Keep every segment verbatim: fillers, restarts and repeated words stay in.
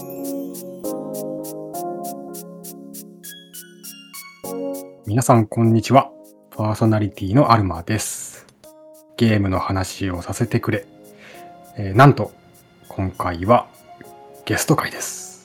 皆さんこんにちは。パーソナリティのアルマです。ゲームの話をさせてくれ。えー、なんと今回はゲスト会です。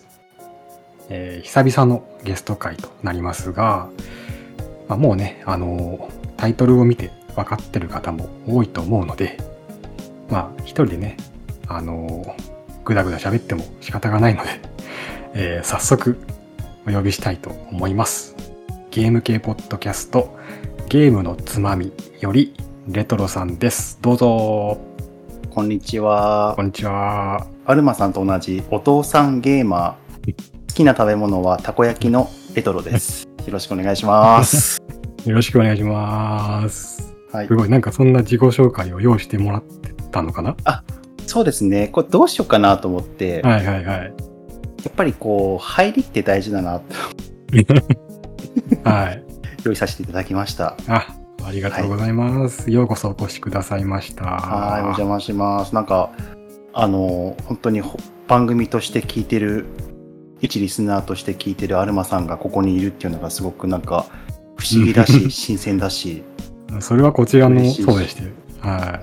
えー、久々のゲスト会となりますが、まあ、もうね、あのー、タイトルを見て分かってる方も多いと思うので、まあ一人でね、あのー、ぐだぐだ喋っても仕方がないので、えー、早速お呼びしたいと思います。ゲーム系ポッドキャストゲームのつまみよりレトロさんです。どうぞ。 こんにちは。 こんにちは。 アルマさんと同じお父さんゲーマー。好きな食べ物はたこ焼きのレトロです。よろしくお願いします。 よろしくお願いします。 はい。 すごい、なんかそんな自己紹介を用意してもらってたのかな？ あ、そうですね。これどうしようかなと思って。 はいはいはい。 やっぱりこう入りって大事だなと。 はい。 用意させていただきました。 あ、ありがとうございます。はい、ようこそお越しくださいました。 はい、お邪魔します。なんかあの本当に番組として聞いてる一リスナーとして聞いてるアルマさんがここにいるっていうのがすごくなんか不思議だし新鮮だし。 それはこちらのそうでして、はい。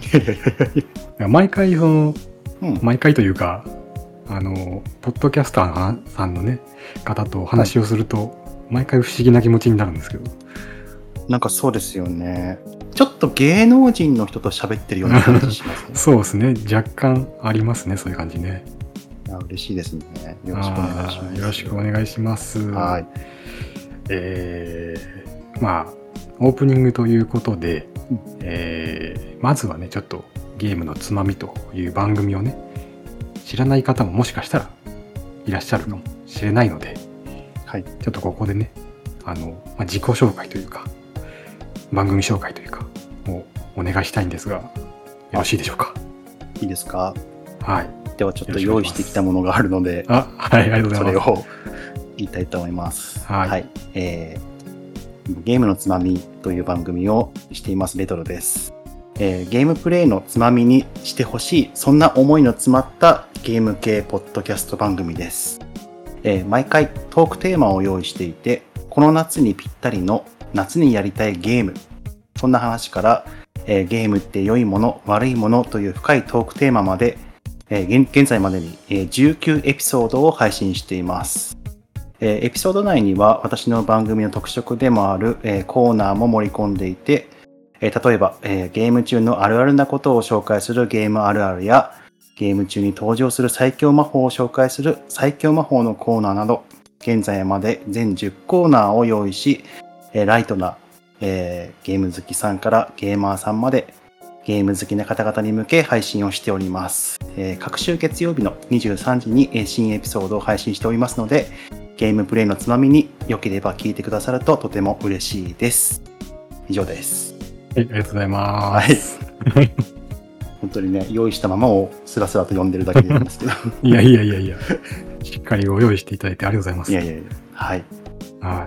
毎回その、うん、毎回というかあのポッドキャスターさんのね方とお話をすると。はい、毎回不思議な気持ちになるんですけど、 なんかそうですよね。ちょっと芸能人の人と喋ってるような感じしますね。 そうですね。若干ありますね、そういう感じね。 いや嬉しいですね。よろしくお願いします。 よろしくお願いします。 はい。 えー、まあオープニングということで、うん、えー、まずはねちょっとゲームのつまみという番組をね知らない方ももしかしたらいらっしゃるかもしれないので。はい、ちょっとここでね、あの、まあ、自己紹介というか、番組紹介というか、をお願いしたいんですが、よろしいでしょうか。 いいですか。 はい。 ではちょっと用意してきたものがあるので、 あ、はい、ありがとうございます。 それを言いたいと思います。 はい。 はい、えー、ゲームのつまみという番組をしていますレトロです。えー、ゲームプレイのつまみにしてほしい、そんな思いの詰まったゲーム系ポッドキャスト番組です。えー、毎回トークテーマを用意していて、この夏にぴったりの夏にやりたいゲーム、そんな話から、えー、ゲームって良いもの悪いものという深いトークテーマまで、えー、現在までに、えー、じゅうきゅうエピソードを配信しています。えー、エピソード内には私の番組の特色でもある、えー、コーナーも盛り込んでいて、えー、例えば、えー、ゲーム中のあるあるなことを紹介するゲームあるあるや、ゲーム中に登場する最強魔法を紹介する最強魔法のコーナーなど、現在まで全じゅうコーナーを用意し、ライトな、えー、ゲーム好きさんからゲーマーさんまでゲーム好きな方々に向け配信をしております。えー、各週月曜日のにじゅうさんじに新エピソードを配信しておりますので、ゲームプレイのつまみに良ければ聞いてくださるととても嬉しいです。以上です。 はい、ありがとうございます。 はい本当にね、用意したままをスラスラと読んでるだけなんですけどいやいやいやいや、しっかりご用意していただいてありがとうございます。 いやいやいや、はい。 はい。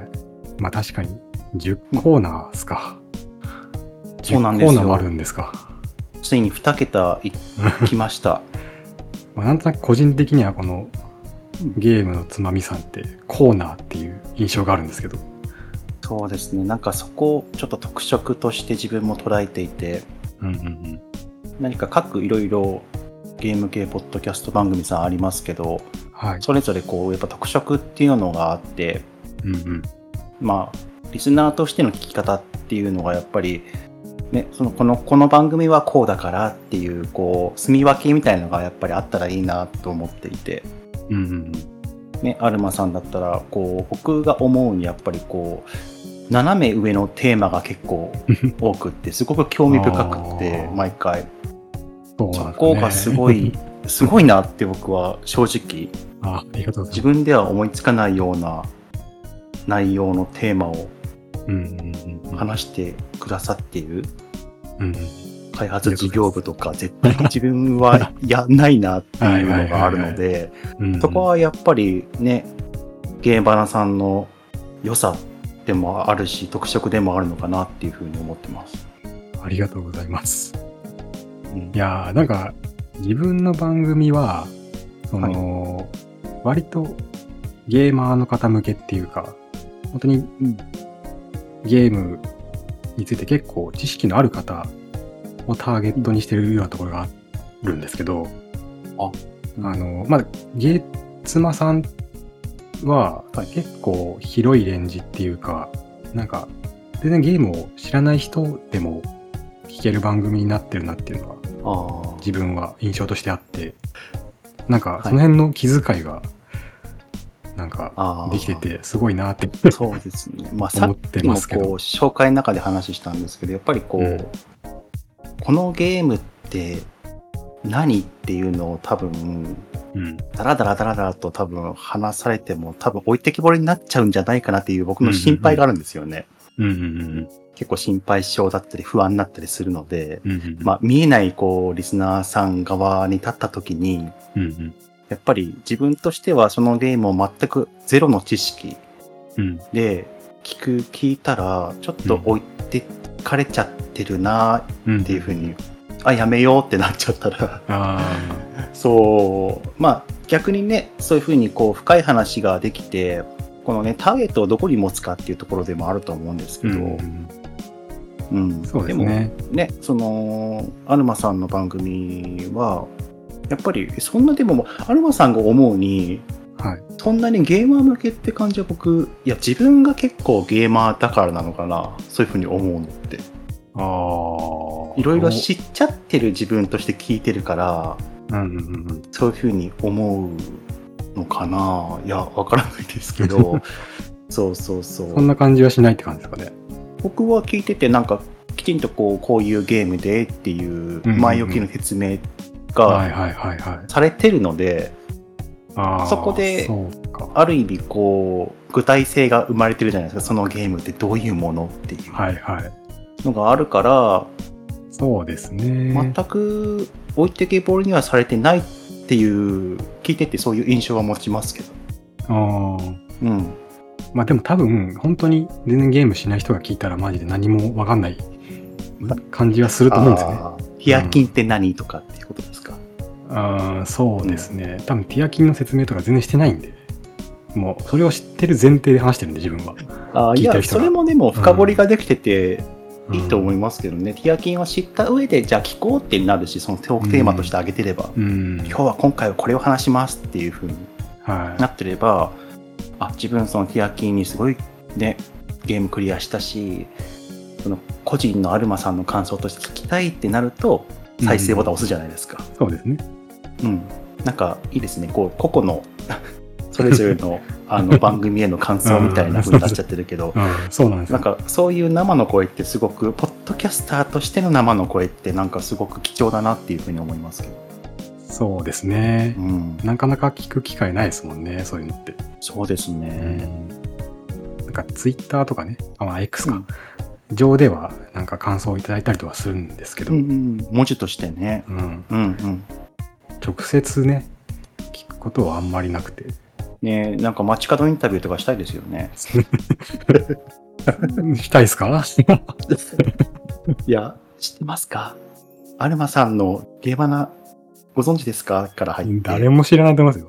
まあ確かにじゅうコーナーですか。 そうなんですよ。 じゅうコーナーもあるんですか。 ついにに桁いきました。 まあなんとなく個人的にはこのゲームのつまみさんってコーナーっていう印象があるんですけど。 そうですね。なんかそこをちょっと特色として自分も捉えていて。 うんうんうん。 何か各いろいろゲーム系ポッドキャスト番組さんありますけど、はい、それぞれこうやっぱ特色っていうのがあって、うんうん、まあリスナーとしての聞き方っていうのがやっぱりね、そのこのこの番組はこうだからっていうこう住み分けみたいなのがやっぱりあったらいいなと思っていて、うんうんね、アルマさんだったらこう僕が思うにやっぱりこう斜め上のテーマが結構多くってすごく興味深くって毎回。そ, そこがすごいすごいなって僕は正直あありがとうございます。 自分では思いつかないような内容のテーマを話してくださっている、うんうん、開発事業部とか絶対に自分はやんないなっていうのがあるのでそこはやっぱりねゲーバナさんの良さでもあるし特色でもあるのかなっていうふうに思ってます。 ありがとうございます。いやーなんか自分の番組はその、はい、 割とゲーマーの方向けっていうか、本当にゲームについて結構知識のある方をターゲットにしてるようなところがあるんですけど、 あ、 あの、まあ、ゲー妻さんは結構広いレンジっていうか、なんか全然ゲームを知らない人でも聞ける番組になってるなっていうのがあ自分は印象としてあって、なんかその辺の気遣いがなんかできててすごいなって、 あ、そうですね。まあ、さ思っってきもますけどこう紹介の中で話したんですけど、やっぱりこう、 うんこのゲームって何っていうのを多分、 うん、 ダラダラダラダラと多分話されても多分置いてきぼりになっちゃうんじゃないかなっていう僕の心配があるんですよね。 うんうんうん結構心配性だったり不安になったりするので、 うんうんうん、 まあ、見えないこうリスナーさん側に立った時に、 うんうん、 やっぱり自分としてはそのゲームを全くゼロの知識うんで聞く聞いたらちょっと置いてかれちゃってるなっていうふうに、うん、あやめようってなっちゃったらあそうまあ逆にねそういうふうにこう深い話ができてこのねターゲットをどこに持つかっていうところでもあると思うんですけど、うんうん、そうですね。 でもねそのアルマさんの番組はやっぱりそんなでもアルマさんが思うに、はい、そんなにゲーマー向けって感じは僕いや自分が結構ゲーマーだからなのかなそういうふうに思うのってあいろいろ知っちゃってる自分として聞いてるから、 うんうんうん、 そういうふうに思うのかないやわからないですけどそうそうそうそんな感じはしないって感じですかね。 僕は聞いててなんかきちんとこうこういうゲームでっていう前置きの説明がされてるのでそこである意味こう具体性が生まれてるじゃないですかそのゲームってどういうものっていうのがあるから、はいはい、 そうですね全く置いてけぼりにはされてないっていう聞いててそういう印象は持ちますけどあうんまあでも多分本当に全然ゲームしない人が聞いたらマジで何も分かんない感じはすると思うんですよね。 ティアキンって何、うん、とかっていうことですか。 あそうですね、うん、多分ティアキンの説明とか全然してないんでもうそれを知ってる前提で話してるんで自分はあいやそれもでも深掘りができてていいと思いますけどね、うん、ティアキンを知った上でじゃあ聞こうってなるしそのトークテーマとして挙げてれば、うん、今日は今回はこれを話しますっていう風になってれば、はいあ自分そのティアキンにすごいねゲームクリアしたしその個人のアルマさんの感想として聞きたいってなると再生ボタン押すじゃないですか、 うん、そうですねうんなんかいいですねこう個々のそれぞれのあの番組への感想みたいな風になっちゃってるけど、 うん、そうなんですなんかそういう生の声ってすごくポッドキャスターとしての生の声ってなんかすごく貴重だなっていう風に思いますけどそうですね、 うん、 なかなか聞く機会ないですもんねそういうのってそうですね、 うん、なんかツイッターとかねあ、まあ、X か、うん、上ではなんか感想をいただいたりとかするんですけど、 うんうん、文字としてね、 うんうんうん、 直接ね聞くことはあんまりなくてねなんか街角インタビューとかしたいですよねしたいですかいや知ってますかアルマさんのゲーマナご存知ですかから入って誰も知らないと思いますよ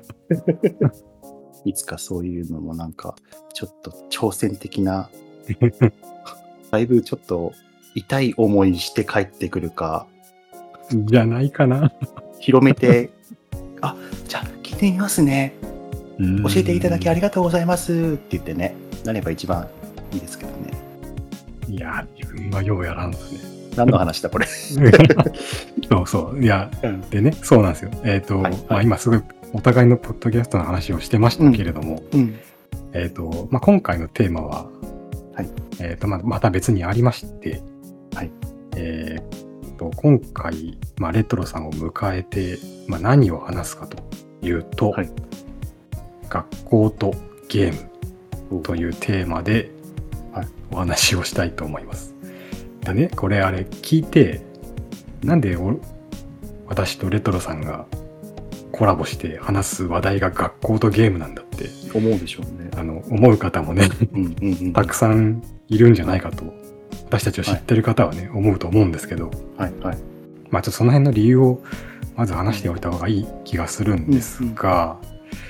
いつかそういうのもなんかちょっと挑戦的なだいぶちょっと痛い思いして帰ってくるかじゃないかな広めてあじゃあ聞いてみますね教えていただきありがとうございますって言ってねなれば一番いいですけどねいや自分はようやらんですね何の話だこれそうそういや、うん、でねそうなんですよえっ、ー、と、はいはいまあ、今すごいお互いのポッドキャストの話をしてましたけれども、 うんうんえっ、ー、とまあ今回のテーマは、 はいえっ、ー、とまあまた別にありまして、 はいえっ、と今回まあレトロさんを迎えてまあ何を話すかというと、はい、学校とゲームというテーマでお話をしたいと思います。でね、これあれ聞いてなんで私とレトロさんがコラボして話す話題が学校とゲームなんだって思うでしょうねあの思う方もねうんうん、うん、 たくさんいるんじゃないかと私たちを知ってる方はね、はい、思うと思うんですけど、 はいはい、 まあちょっとその辺の理由をまず話しておいた方がいい気がするんですが、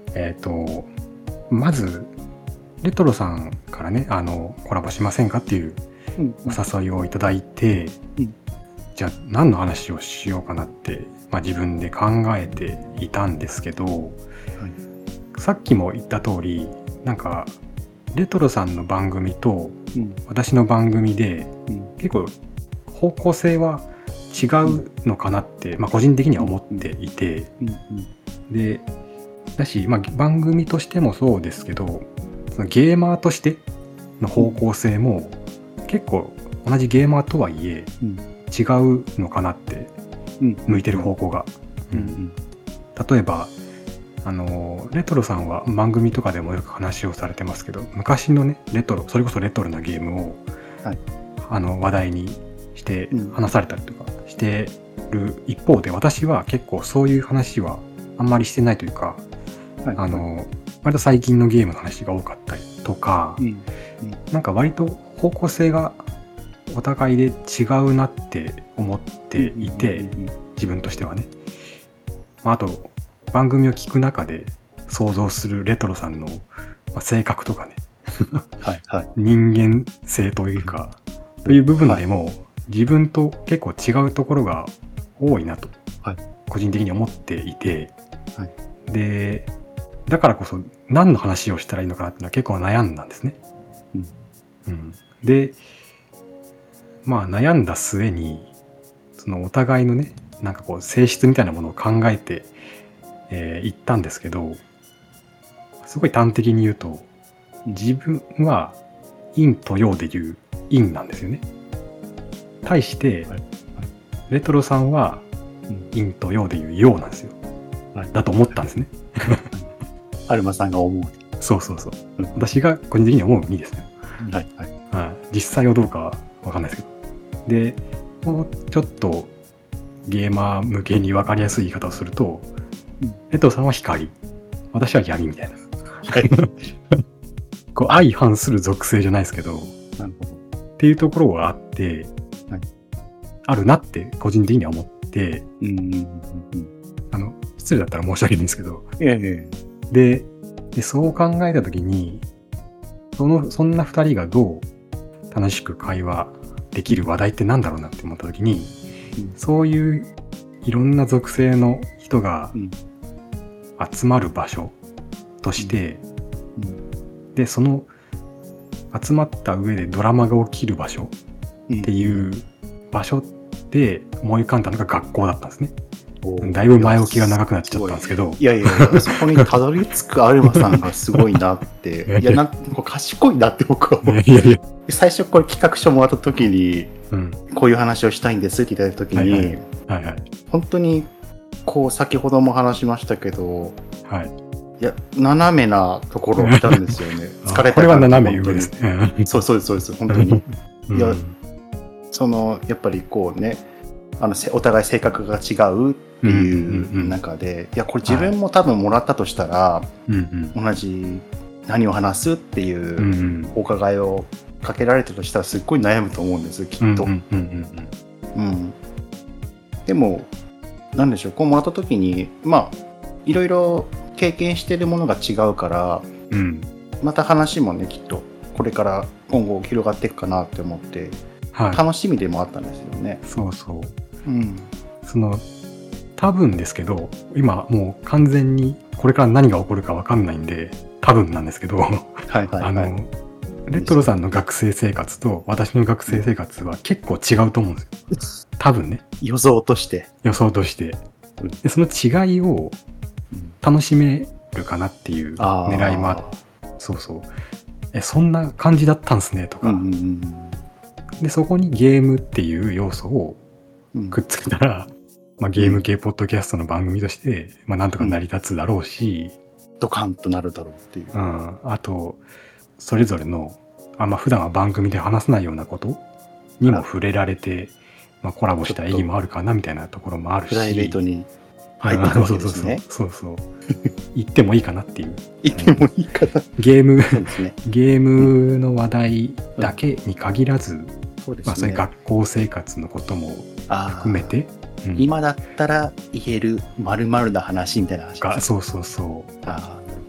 えっと、まず、レトロさんからね、あの、コラボしませんかっていううんお誘いをいただいて、 うんじゃあ何の話をしようかなって、まあ、自分で考えていたんですけど、さっきも言った通り、なんか、レトロさんの番組とうん私の番組でうん結構方向性は違うのかなって、まあ、個人的には思っていて、 うんで、だし、まあ、番組としてもそうですけど、そのゲーマーとしての方向性も結構同じゲーマーとはいえうん違うのかなってうん向いてる方向が。うんうん例えば、あの、レトロさんは番組とかでもよく話をされてますけど、昔のね、レトロ、それこそレトロなゲームを、 はいあの話題にしてうん話されたりとかしてる一方で、私は結構そういう話はあんまりしてないというか、 はいあの、割と最近のゲームの話が多かったりとか、 うんなんか割と方向性がお互いで違うなって思っていて、自分としてはね。まああと、番組を聞く中で想像するレトロさんのまあ性格とかね、 はいはい人間性というか、という部分でも、自分と結構違うところが多いなと、 はい個人的に思っていて、 はいで、だからこそ何の話をしたらいいのかなっていうのは結構悩んだんですね。 うんうん、で、まあ悩んだ末に、そのお互いのね、なんかこう性質みたいなものを考えて、えー言ったんですけど、すごい端的に言うと、自分は陰と陽でいう陰なんですよね。対して、 はいレトロさんはうん陰と陽でいう陽なんですよ。 はいだと思ったんですね。 アルマさんが思う。 そうそうそう。 うん私が個人的に思うにですね。 はいはいはい、実際はどうかはわかんないですけど。で、もうちょっとゲーマー向けに分かりやすい言い方をすると、 うんレトロさんは光、私は闇みたいな。 はいこう相反する属性じゃないですけど、 なるほど。 っていうところがあって、 はいあるなって個人的には思って、 うんうんうんあの、失礼だったら申し訳ないんですけど、 いやいやいやで、でそう考えたときに、その、そんな二人がどう楽しく会話できる話題ってなんだろうなって思ったときに、 うんそういういろんな属性の人がうん集まる場所として、 うんで、その集まった上でドラマが起きる場所うんっていう場所で思い浮かんだのが学校だったんですね。 おーだいぶ前置きが長くなっちゃったんですけど、 いやいやいや、そこにたどり着くアルマさんがすごいなって、いや、なんかこう賢いなって僕は思う。 いやいや、 最初これ企画書もらった時に、 うん、 こういう話をしたいんですって言った時に、 はいはいはいはい本当に、こう、先ほども話しましたけど、 はい。 いや、斜めなところを見たんですよね。疲れたからこれは斜め上ですね。 そうそうです、そうです、本当に。 うんいやその、やっぱりこうね、あの、せお互い性格が違うっていんうんうんううん中で、いや、これ自分も多分もらったとしたら、 うんうん同じ何を話すっていうんううんお伺いをかけられたとしたらすっごい悩むと思うんです、きっと。 うんうんうんうん。でも、なんでしょう、こうもらった時に、まあ、いろいろ経験してるものが違うから、 うんうんまた話もね、きっとこれから今後広がっていくかなって思って、 はい。 楽しみでもあったんですよね。 そうそう。 うん。 その多分ですけど、今もう完全にこれから何が起こるかわかんないんで、多分なんですけど、 はいはいあはい。 のレトロさんの学生生活と私の学生生活は結構違うと思うんですよ。多分ね、 予想として。 予想としてうん。 でその違いをうん楽しめるかなっていうあー狙いもあって、そうそう。え、そんな感じだったんですねとか、 うんうんで、そこにゲームっていう要素をうんうん。 くっつけたら、まあ、ゲーム系ポッドキャストの番組として、まあ、なんとか成り立つだろうし、 ドカンとなるだろうっていう。 うん、あと、それぞれの、あまあ、普段は番組で話さないようなことにも触れられて、まあ、コラボした意義もあるかなみたいなところもあるし、 プライベートに入ってくるわけですね。 そうそうそう。言ってもいいかなっていう。 言ってもいいかな。 ゲーム、 そうですね。 ゲームの話題だけに限らず、 そうですね。 まあ、そういう学校生活のこともあー含めて、うん今だったら言える〇〇な話みたいな話ですがそうそうそう。 あーなる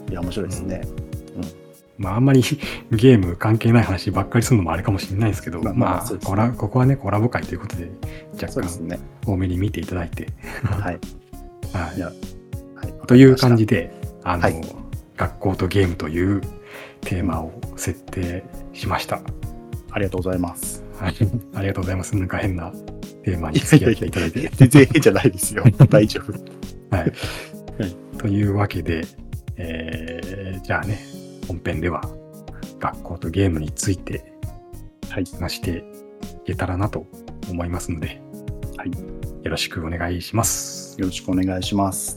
いや、面白いですね。 まああんまりゲーム関係ない話ばっかりするのもあれかもしれないですけど、 まあまあ、 まあそうですねコラここはねコラボ会ということで若干そうですね。 多めに見ていただいて、 はい。 はいいやはい。 という感じで、あの、 はい学校とゲームというテーマを設定しました。 ありがとうございます。 はい、ありがとうございます。なんか変なテーマに付き合っていただいて。 全然変じゃないですよ。大丈夫。 はい。 はいというわけで、えー、じゃあね、本編では学校とゲームについてはい。 話していけたらなと思いますので、 はい。 よろしくお願いします。 よろしくお願いします。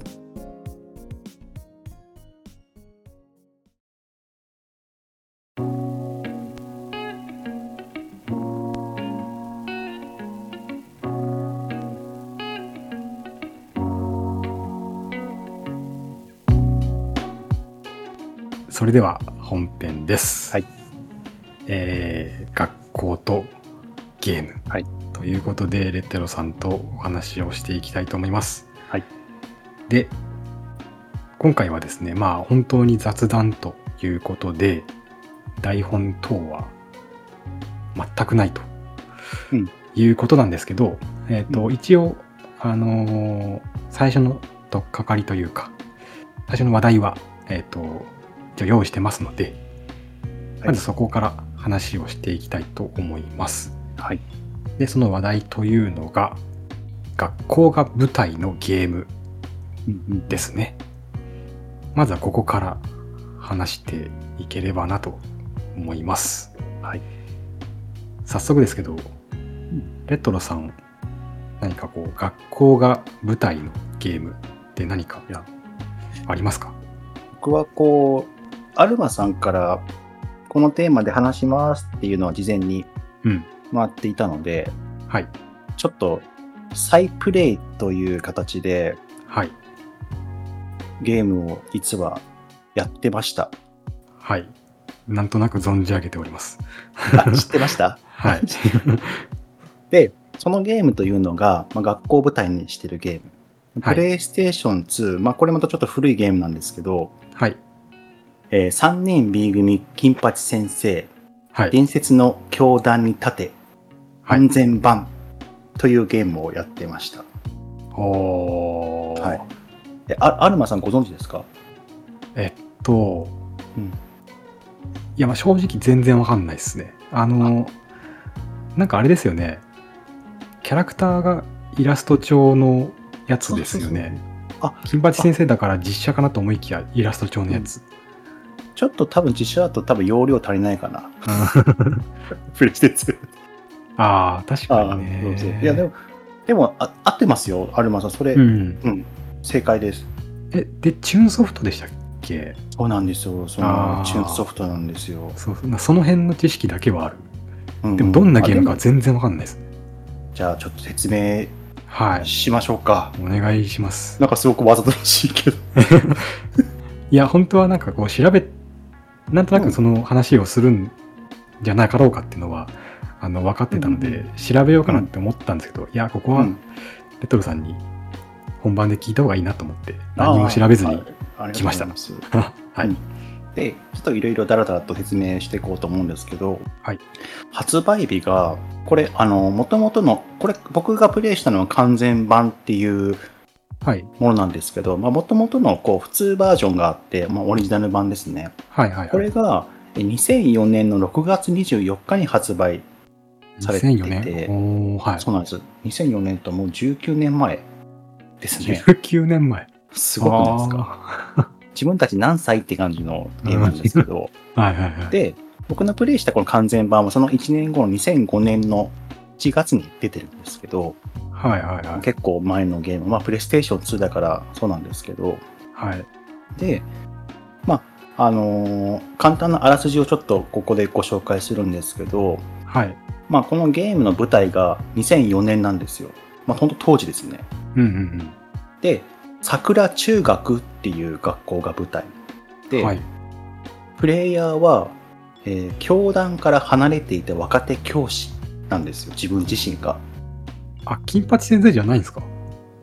それでは本編です。 はい。 えー、学校とゲーム。 はい。 ということで、レッテロさんとお話をしていきたいと思います。 はい。 で、今回はですね、まあ本当に雑談ということで、台本等は全くないとうんいうことなんですけど、えっと、 うん一応、あのー最初の取っかかりというか、最初の話題は、えっと、じゃあ用意してますので、 はいまずそこから話をしていきたいと思います。 はい。 で、その話題というのが、学校が舞台のゲームうんうんですね。まずはここから話していければなと思います。 はい。 早速ですけど、レトロさん、何かこう、学校が舞台のゲームって何かいやありますか？ 僕はこう、アルマさんからこのテーマで話しますっていうのは事前にうん。 回っていたので、 はい。 ちょっと再プレイという形ではい。 ゲームを実はやってました。 はい。なんとなく存じ上げております。 あ、知ってましたはい。 で、そのゲームというのが、まあ、学校を舞台にしてるゲーム。 はいプレイステーションツー、まあこれまたちょっと古いゲームなんですけど、 はい。 えー、さんにん B 組金八先生、 はい。 伝説の教団に立て、 はい安全版というゲームをやってました。 おー。 はいであアルマさんご存知ですか？ えっと、 うんいや、まあ正直全然わかんないですね。あの、なんかあれですよね。キャラクターがイラスト調のやつですよね。 あ、 金八先生だから実写かなと思いきやイラスト調のやつ。 ちょっと多分実写だと多分容量足りないかな。プレイステツー。 ああ、確かあにね。 そうそういやでも、でもあ合ってますよ、アルマさん。それ、 ううん、 ん。 正解です。 え、で、チューンソフトでしたっけ？ そうなんですよ。そあのーチューンソフトなんですよ。 そうそう、まあその辺の知識だけはある。 ううでもどんなゲームあでもか全然わかんないですね。 じゃあちょっと説明はい。 しましょうか。 お願いします。 なんかすごくわざとらしいけど。 いや、本当はなんかこう調べ、なんとなくその話をするんじゃなかろうかっていうのは、あの、分かってたので、 うん調べようかなって思ったんですけど、いや、ここはうんレトロさんに本番で聞いた方がいいなと思って、何も調べずに。 あー来ましたありがとうございますはい。 うんで、ちょっといろいろだらだらと説明していこうと思うんですけど、 はい。 発売日が、これ、あの、もともとの、これ、僕がプレイしたのは完全版っていうはい。 ものなんですけど、まあ、もともとの、こう、普通バージョンがあって、まあ、オリジナル版ですね。 はいはいはい。 これが、えにせんよねんのろくがつにじゅうよっかに発売されていて、 にせんよねん。おー、はい。 そうなんです。にせんよねんともうじゅうきゅうねんまえですね。 じゅうきゅうねんまえ。 すごくないですか？自分たち何歳って感じのゲームなんですけど、 はいはいはい。 で、僕のプレイしたこの完全版はそのいちねんごのにせんごねんのいちがつに出てるんですけど、 はいはいはい。 結構前のゲーム、まあプレイステーションツーだからそうなんですけど、 はい。 で、まあ、あのー簡単なあらすじをちょっとここでご紹介するんですけど、 はい。 まあこのゲームの舞台がにせんよねんなんですよ。まあ本当当時ですね。 うんうんで、桜中学っていう学校が舞台で、 うん。はい。 プレイヤーは、えー教団から離れていた若手教師なんですよ、自分自身が。 あ、金八先生じゃないんですか？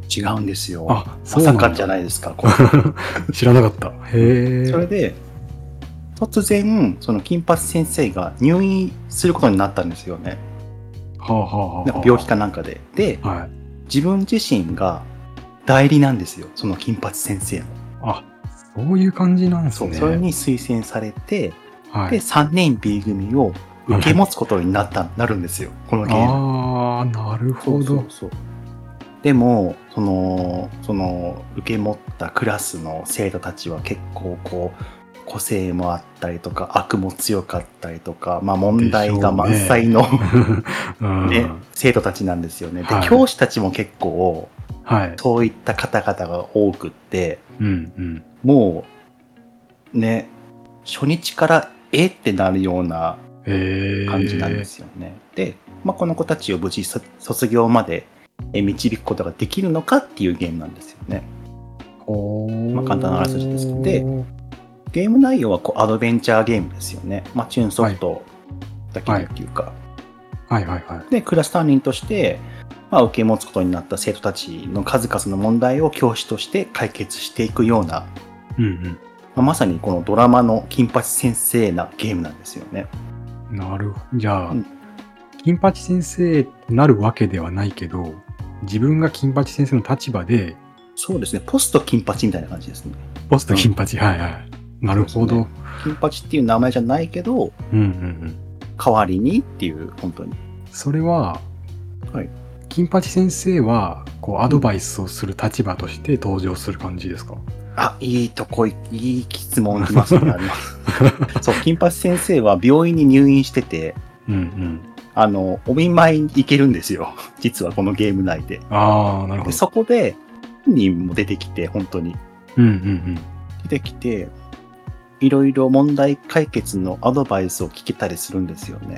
違うんですよ。 あ、 まそうなんださかじゃないですか、これ。 知らなかった。へえ。 それで、突然、その金八先生が入院することになったんですよね。 はあはあはあ。 なんか病気かなんかで。で、 はい。 自分自身が代理なんですよ。その金八先生の。 あ、そういう感じなんですそう、 ね。 それに推薦されて、で、 はい。 さんねん B 組を受け持つことになった、なるんですよ。このゲーム。 ああ、なるほど。 そうそうそう。でも、その、その、受け持ったクラスの生徒たちは結構こう、個性もあったりとか、悪も強かったりとか、まあ問題が満載の、 うんね、生徒たちなんですよね。で、 はい教師たちも結構、 はい。 そういった方々が多くって、 うんうん。 もう、ね、初日からえってなるようなへえ。 感じなんですよね。で、まあ、この子たちを無事そ卒業までえ導くことができるのかっていうゲームなんですよね。 ほーまあ簡単なあらすじですでゲーム内容はこうアドベンチャーゲームですよね。まあ、チューンソフトだけでっていうか。 はいはいはい。 で、クラス担任として、まあ、受け持つことになった生徒たちの数々の問題を教師として解決していくような、 うんうん。 まあ、まさにこのドラマの金八先生なゲームなんですよね。 なるほど。じゃあ、 うん金八先生ってなるわけではないけど、自分が金八先生の立場で、 そうですね。ポスト金八みたいな感じですね。 ポスト金八、はいはい。なるほど。 そう金八っていう名前じゃないけど、 うんうんうん。 代わりにっていう、本当に。 それは、 はい。 金八先生は、こう、アドバイスをする立場として登場する感じですか？ あ、いいとこ、いい質問きますね。あのそう、金八先生は病院に入院してて、 うんうん。 あの、お見舞いに行けるんですよ。実はこのゲーム内で。 ああ、なるほでど。 そこで、本人も出てきて、本当に。 うんうんうん。 出てきて、いろいろ問題解決のアドバイスを聞けたりするんですよね。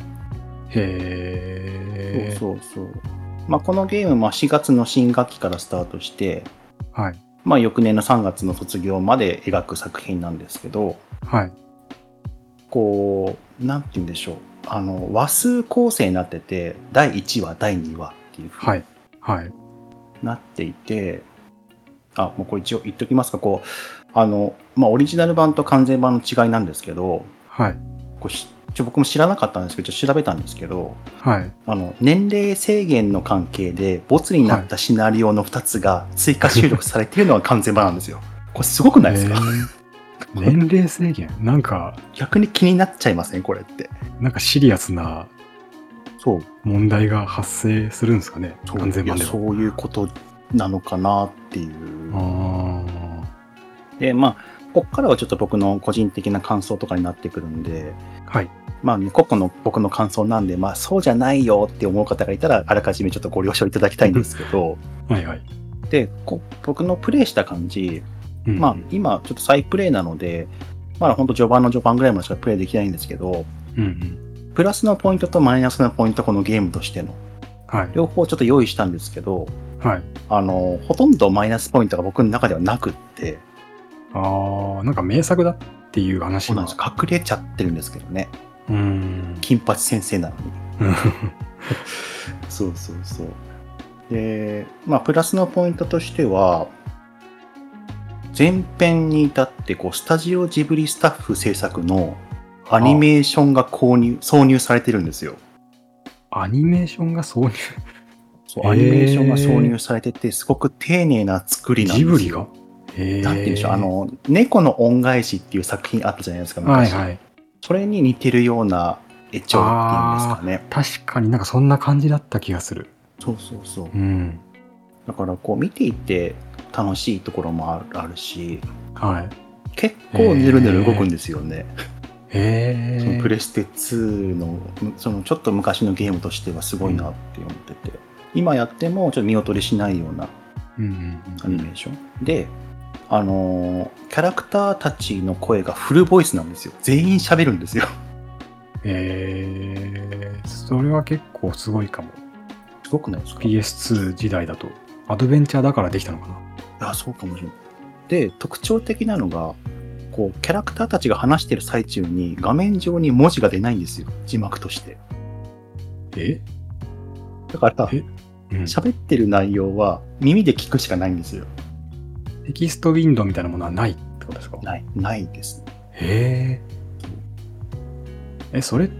へえ。 そうそうそう。まあ、このゲーム、まあ、しがつの新学期からスタートして、 はい。 まあ、翌年のさんがつの卒業まで描く作品なんですけど、 はい。 こう、なんて言うんでしょう。あの、話数構成になってて、だいいちわ、だいにわっていう風にはい。はい。 なっていて、あ、もうこれ一応言っときますか、こう、あの、まあ、オリジナル版と完全版の違いなんですけど、 はい。 こうしちょ僕も知らなかったんですけど、ちょっと調べたんですけど、 はい。 あの、年齢制限の関係で、ボツになったシナリオのふたつが追加収録されているのが完全版なんですよ。これすごくないですか？ へー年齢制限なんか、 逆に気になっちゃいません、これって。 なんかシリアスなそう。 問題が発生するんですかね？ そう完全版では。 いやそういうことなのかなっていう。 あで、まあ、こっからはちょっと僕の個人的な感想とかになってくるんで、 あ。はい。 まあ、ね、個々の僕の感想なんで、まあ、そうじゃないよって思う方がいたら、あらかじめちょっとご了承いただきたいんですけど、 はいはい。 で、こ僕のプレイした感じ、 うんまあ、今、ちょっと再プレイなので、まだ本当序盤の序盤ぐらいまでしかプレイできないんですけど、 うんうん。 プラスのポイントとマイナスのポイント、このゲームとしての、 はい。 両方ちょっと用意したんですけど、 はい。 あの、ほとんどマイナスポイントが僕の中ではなくって、 ああ、なんか名作だっていう話が。 そうなんです。隠れちゃってるんですけどね。 うーん。 金八先生なのに。 うんそうそうそう。で、まあ、プラスのポイントとしては、前編に至って、こう、スタジオジブリスタッフ制作のアニメーションが購入、挿入されてるんですよ。 アニメーションが挿入。 そう、アニメーションが挿入されてて、すごく丁寧な作りなんですよ。 ジブリがへーなんて言うんでしょう、あの、猫の恩返しっていう作品あったじゃないですか、昔。 はいはい。 それに似てるような絵調っていうんですかね。 確かになんかそんな感じだった気がする。 そうそうそう。 うん。 だからこう見ていて楽しいところもあるあるし、 はい。 結構ぬるぬる動くんですよね。 へえ。 そのプレステツーのそのちょっと昔のゲームとしてはすごいなって思ってて、今やってもちょっと見劣りしないようなうんうんアニメーション、で、あのーキャラクターたちの声がフルボイスなんですよ。全員喋るんですよ。 へえ。それは結構すごいかも。 すごくないですか？ ピーエスツー 時代だと。アドベンチャーだからできたのかな。 あ、そうかもしれない。で、特徴的なのが、こう、キャラクターたちが話してる最中に画面上に文字が出ないんですよ。字幕として。 えだからえ、 うん、 喋ってる内容は耳で聞くしかないんですよ。 テキストウィンドウみたいなものはないってことですか？ ない、ないですね。 へえ。え、それって、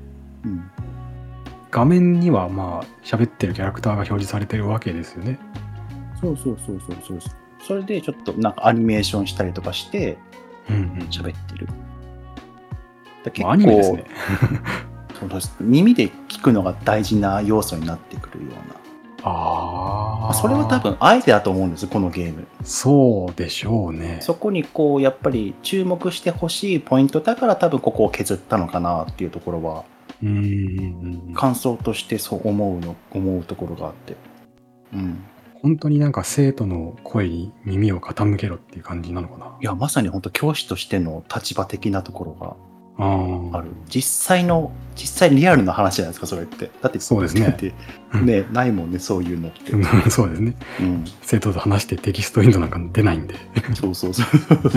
うん、 画面にはまあ喋ってるキャラクターが表示されてるわけですよね。 そうそうそうそうそう。それでちょっとなんかアニメーションしたりとかして喋ってる。だ結構、 アニメですね。 そうです。耳で聞くのが大事な要素になってくるような。 ああ。 それは多分あえてだと思うんです、このゲーム。 そうでしょうね。 そこにこうやっぱり注目してほしいポイントだから多分ここを削ったのかなっていうところは、 うーん、 感想としてそう思うの思うところがあって、うん、 本当になんか生徒の声に耳を傾けろっていう感じなのかな。 いやまさに本当教師としての立場的なところがあある。実際の実際リアルな話じゃないですか、それって。だってそうですね。 だってねないもんね、そういうのって。 そうですね、 うん。 生徒と話してテキストウィンドウなんか出ないんで。 そうそうそう。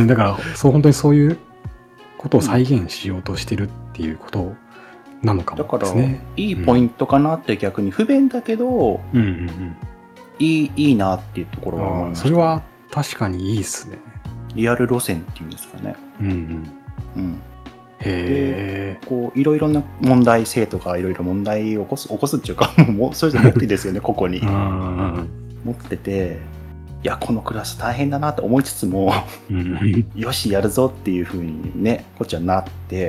だからそう本当にそういうことを再現しようとしてるっていうことなのかもですね。 だからいいポイントかなって逆に不便だけど、 うんうんうん、 いいいいなっていうところは思いました。 それは確かにいいですね。 リアル路線っていうんですかね。 うんうんうん。 へえ。 こういろいろな問題、生徒がいろいろ問題を起こす起こすっていうかもうそれで持ってですよねここに持ってて、いやこのクラス大変だなって思いつつもよしやるぞっていう風にねこっちはなって、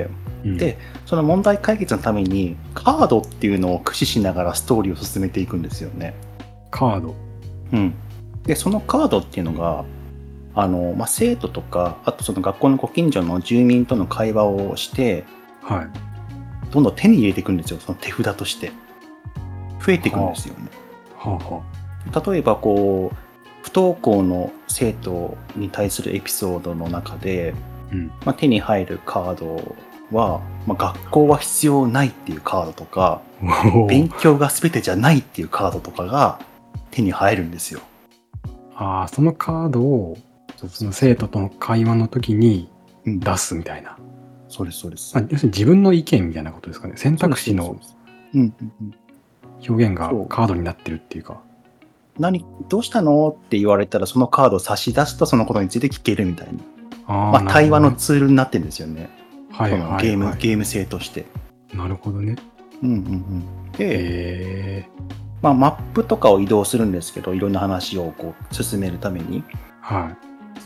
うん、でその問題解決のためにカードっていうのを駆使しながらストーリーを進めていくんですよね。 カード。 うん。でそのカードっていうのがあの、まあ、生徒とかあとその学校のご近所の住民との会話をして、 はい、 どんどん手に入れていくんですよ、その手札として増えていくんですよね。 はあはあ、例えばこう不登校の生徒に対するエピソードの中で、うんまあ、手に入るカードは、まあ、学校は必要ないっていうカードとか勉強が全てじゃないっていうカードとかが手に入るんですよ。 ああ、そのカードをその生徒との会話の時に出すみたいな。 うん、そうですそうです。 要するに自分の意見みたいなことですかね。選択肢の表現がカードになってるっていうか。 何どうしたのって言われたらそのカードを差し出すとそのことについて聞けるみたいな。あまあ、対話のツールになってるんですよね。はいはいはい、ゲームゲーム性として。 なるほどね。 うんうんうん。で、まあ、マップとかを移動するんですけど、いろんな話をこう進めるために。 はい。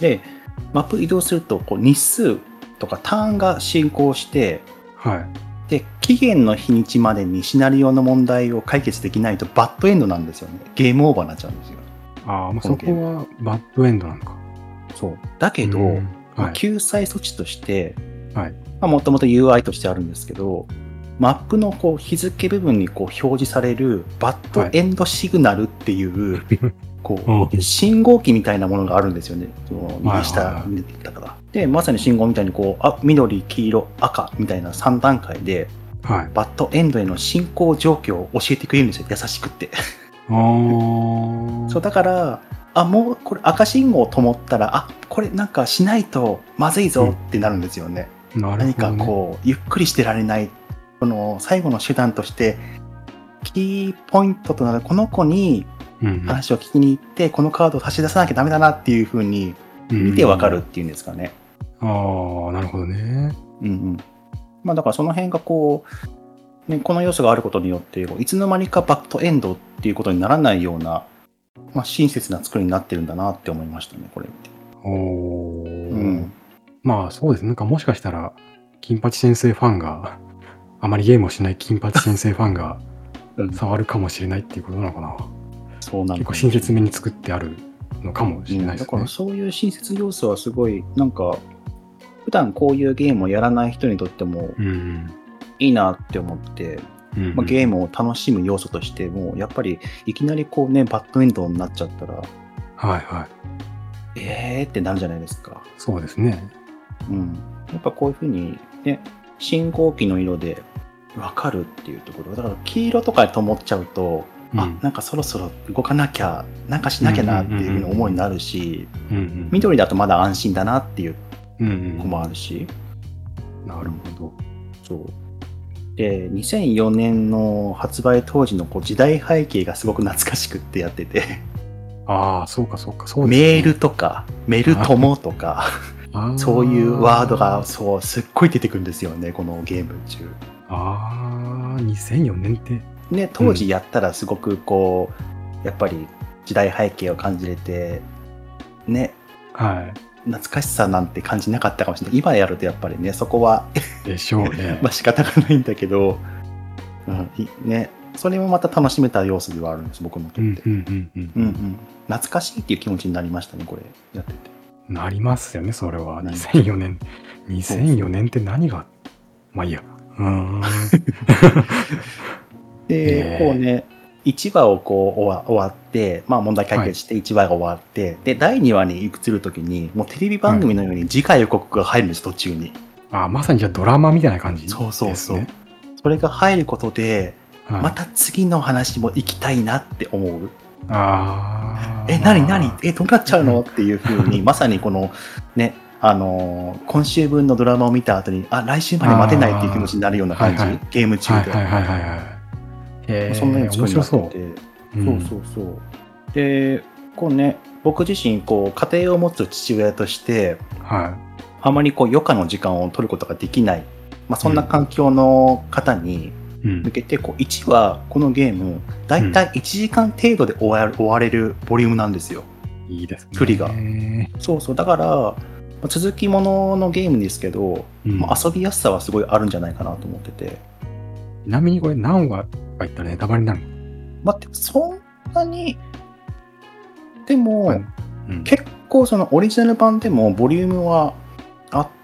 で、マップ移動するとこう日数とかターンが進行して、 はい。 で期限の日にちまでにシナリオの問題を解決できないとバッドエンドなんですよね。ゲームオーバーになっちゃうんですよ。 ああ、もうそこはバッドエンドなのか。 そう。だけど、はいまあ、救済措置として、 はい。 もともと ユーアイ としてあるんですけど、マップのこう日付部分にこう表示されるバッドエンドシグナルっていう、はい、こう信号機みたいなものがあるんですよね。その右下に出てきたから。で、まさに信号みたいにこうあ緑、黄色、赤みたいなさん段階で、はい、バッドエンドへの進行状況を教えてくれるんですよ。優しくって。そうだからあもうこれ赤信号灯ったらあこれなんかしないとまずいぞってなるんですよね。うん、なるほどね。何かこうゆっくりしてられないこの最後の手段としてキーポイントとなるこの子に話を聞きに行って、うん、このカードを差し出さなきゃダメだなっていう風に見てわかるっていうんですかね。 うん、ああなるほどね。 うんうんまあだからその辺がこう、ね、この要素があることによっていつの間にかバッドエンドっていうことにならないような、まあ、親切な作りになってるんだなって思いましたねこれって。 おー、うん、まあそうですね。なんかもしかしたら金八先生ファンがあまりゲームをしない金八先生ファンが触るかもしれないっていうことなのかな。 そうなん結構親切めに作ってあるのかもしれないですね。 だからそういう親切要素はすごいなんか普段こういうゲームをやらない人にとってもいいなって思って、うんうんまあ、ゲームを楽しむ要素としてもやっぱりいきなりこうねバッドエンドになっちゃったらはいはいえーってなるじゃないですか。 そうですね。 うん。やっぱこういう風にね信号機の色で分かるっていうところだから黄色とかで灯っちゃうと、うん、あなんかそろそろ動かなきゃなんかしなきゃなっていう風に思いになるし、うんうん、緑だとまだ安心だなっていう子もあるし、 うんうん、なるほど。 そうで、にせんよねんの発売当時のこう時代背景がすごく懐かしくってやってて、 ああ、そうかそうか、そうですね。 メールとか、メル友とか、そういうワードが、そう、すっごい出てくるんですよね、このゲーム中。 ああ、にせんよねんって。 ね、当時やったらすごくこう、やっぱり時代背景を感じれて、ね、 はい。 懐かしさなんて感じなかったかもしれない。今やるとやっぱりね、そこはでしょうね。 まあ仕方がないんだけど、うん、いね、それもまた楽しめた要素ではあるんです、僕にとって。 うんうんうんうん。 うんうん。懐かしいっていう気持ちになりましたね、これやってて。 なりますよね、それは。 なりますにせんよねん。にせんよねんって何が、まあいいや。うーん。 で、 えーこうね、いちわをこう終わ終わって、まあ問題解決していちわが終わって、で、だいにわに移るときに、もうテレビ番組のように次回予告が入るんです、途中に。 あ、まさにじゃあドラマみたいな感じですね。 そうそうそう。それが入ることで、 はい、 また次の話も行きたいなって思う。 あえ、なになにえ、どうなっちゃうのっていうふうに、まさにこの、ね、あのー、今週分のドラマを見た後に、あ、来週まで待てないっていう気持ちになるような感じ、はいはい、ゲーム中で。 はいはいはいはい。 えー、そんなに作りになってて、そうそうそう。うん、で、こうね、僕自身、こう、家庭を持つ父親として、 はい、 あまりこう余暇の時間を取ることができない、まあ、そんな環境の方に向けて、こういちわ、このゲーム、だいたいいちじかん程度で終わる、終われるボリュームなんですよ。 いいですね。 振りが。そうそう。だから、続きもののゲームですけど、うん、まあ、遊びやすさはすごいあるんじゃないかなと思ってて。 ちなみにこれ何話か言ったらネタバレになるの？ 待って、そんなに、でも、はい、うん、結構そのオリジナル版でもボリュームはあって、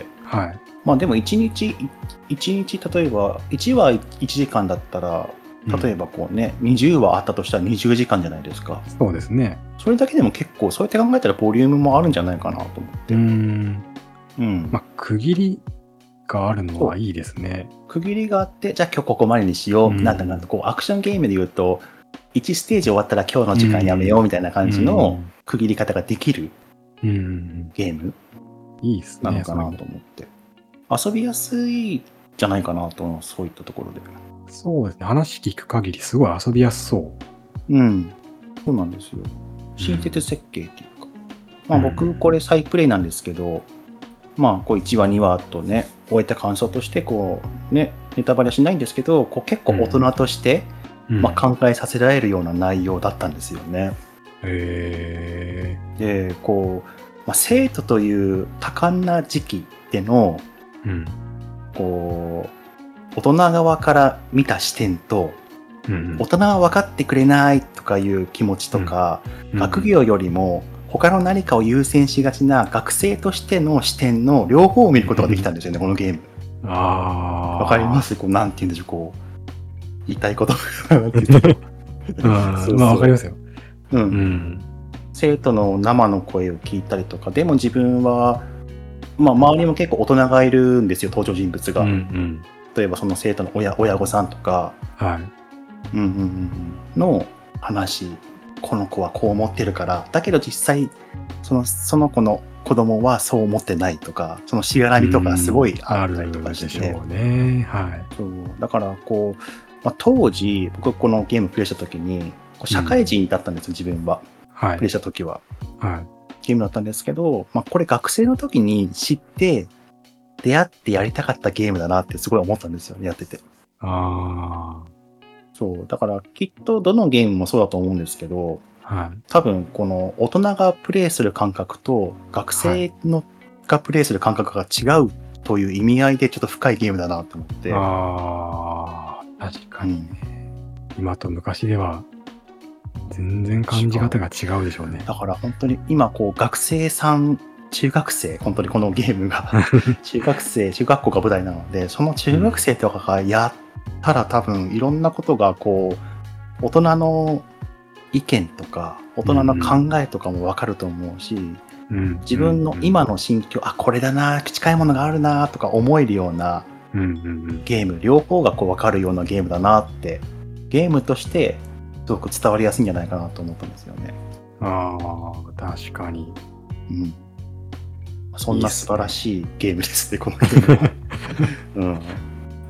はい、 まあでもいちにち、いちにち例えばいちわいちじかんだったら、例えばこうね、うん、にじゅうわあったとしたらにじゅうじかんじゃないですか。 そうですね。 それだけでも結構、そうやって考えたらボリュームもあるんじゃないかなと思って。 うん。 うん。 まあ、区切りがあるのはいいですね。 区切りがあって、じゃあ今日ここまでにしよう。うん、なんだかんだ、こうアクションゲームで言うと、いちステージ終わったら今日の時間やめようみたいな感じの区切り方ができるゲームなのかなと思って。遊びやすいじゃないかなと思う、そういったところで。 そうですね。話聞く限りすごい遊びやすそう。 うん。そうなんですよ。親切設計っていうか。まあ僕これ再プレイなんですけど、まあこういちわにわとね、終えた感想としてこうね、ネタバレはしないんですけど、こう結構大人として、うん、まあ考えさせられるような内容だったんですよね。 へー。で、こう、まあ、生徒という多感な時期での、うん、こう大人側から見た視点と、うんうん、大人は分かってくれないとかいう気持ちとか、うん、学業よりも他の何かを優先しがちな学生としての視点の両方を見ることができたんですよね、うん、このゲーム。 あわかります？こうなんて言うんでしょう、こう言いたいことまあわかりますよ。 うん。うん、生徒の生の声を聞いたりとか、でも自分はまあ、周りも結構大人がいるんですよ、登場人物が。うんうん、例えばその生徒の 親, 親御さんとか、 はいうんうんうん、の話、この子はこう思ってるから、だけど実際その、その子の子供はそう思ってないとか、そのしがらみとかすごいあったりとかして。 あるでしょうね。はい、 そうだからこう、まあ、当時、僕このゲームプレイした時に、社会人だったんですよ、うん、自分は。はい、プレイした時は。 はいゲームだったんですけど、まあ、これ学生の時に知って出会ってやりたかったゲームだなってすごい思ったんですよね、やってて。 ああ。 そうだからきっとどのゲームもそうだと思うんですけど、 はい、 多分この大人がプレイする感覚と学生の、はい、がプレイする感覚が違うという意味合いでちょっと深いゲームだなと思って。 ああ、確かにね、うん。今と昔では全然感じ方が違うでしょうね。 だから本当に今こう学生さん、中学生、本当にこのゲームが中学生、中学校が舞台なので、その中学生とかがやったら多分いろんなことがこう大人の意見とか大人の考えとかも分かると思うし、うん、自分の今の心境、あ、これだな、近いものがあるなとか思えるようなゲーム、両方がこう分かるようなゲームだなって、ゲームとしてすごく伝わりやすいんじゃないかなと思ったんですよね。 ああ、確かに。 うん。そんな素晴らしいゲームですね、このゲームは。うん。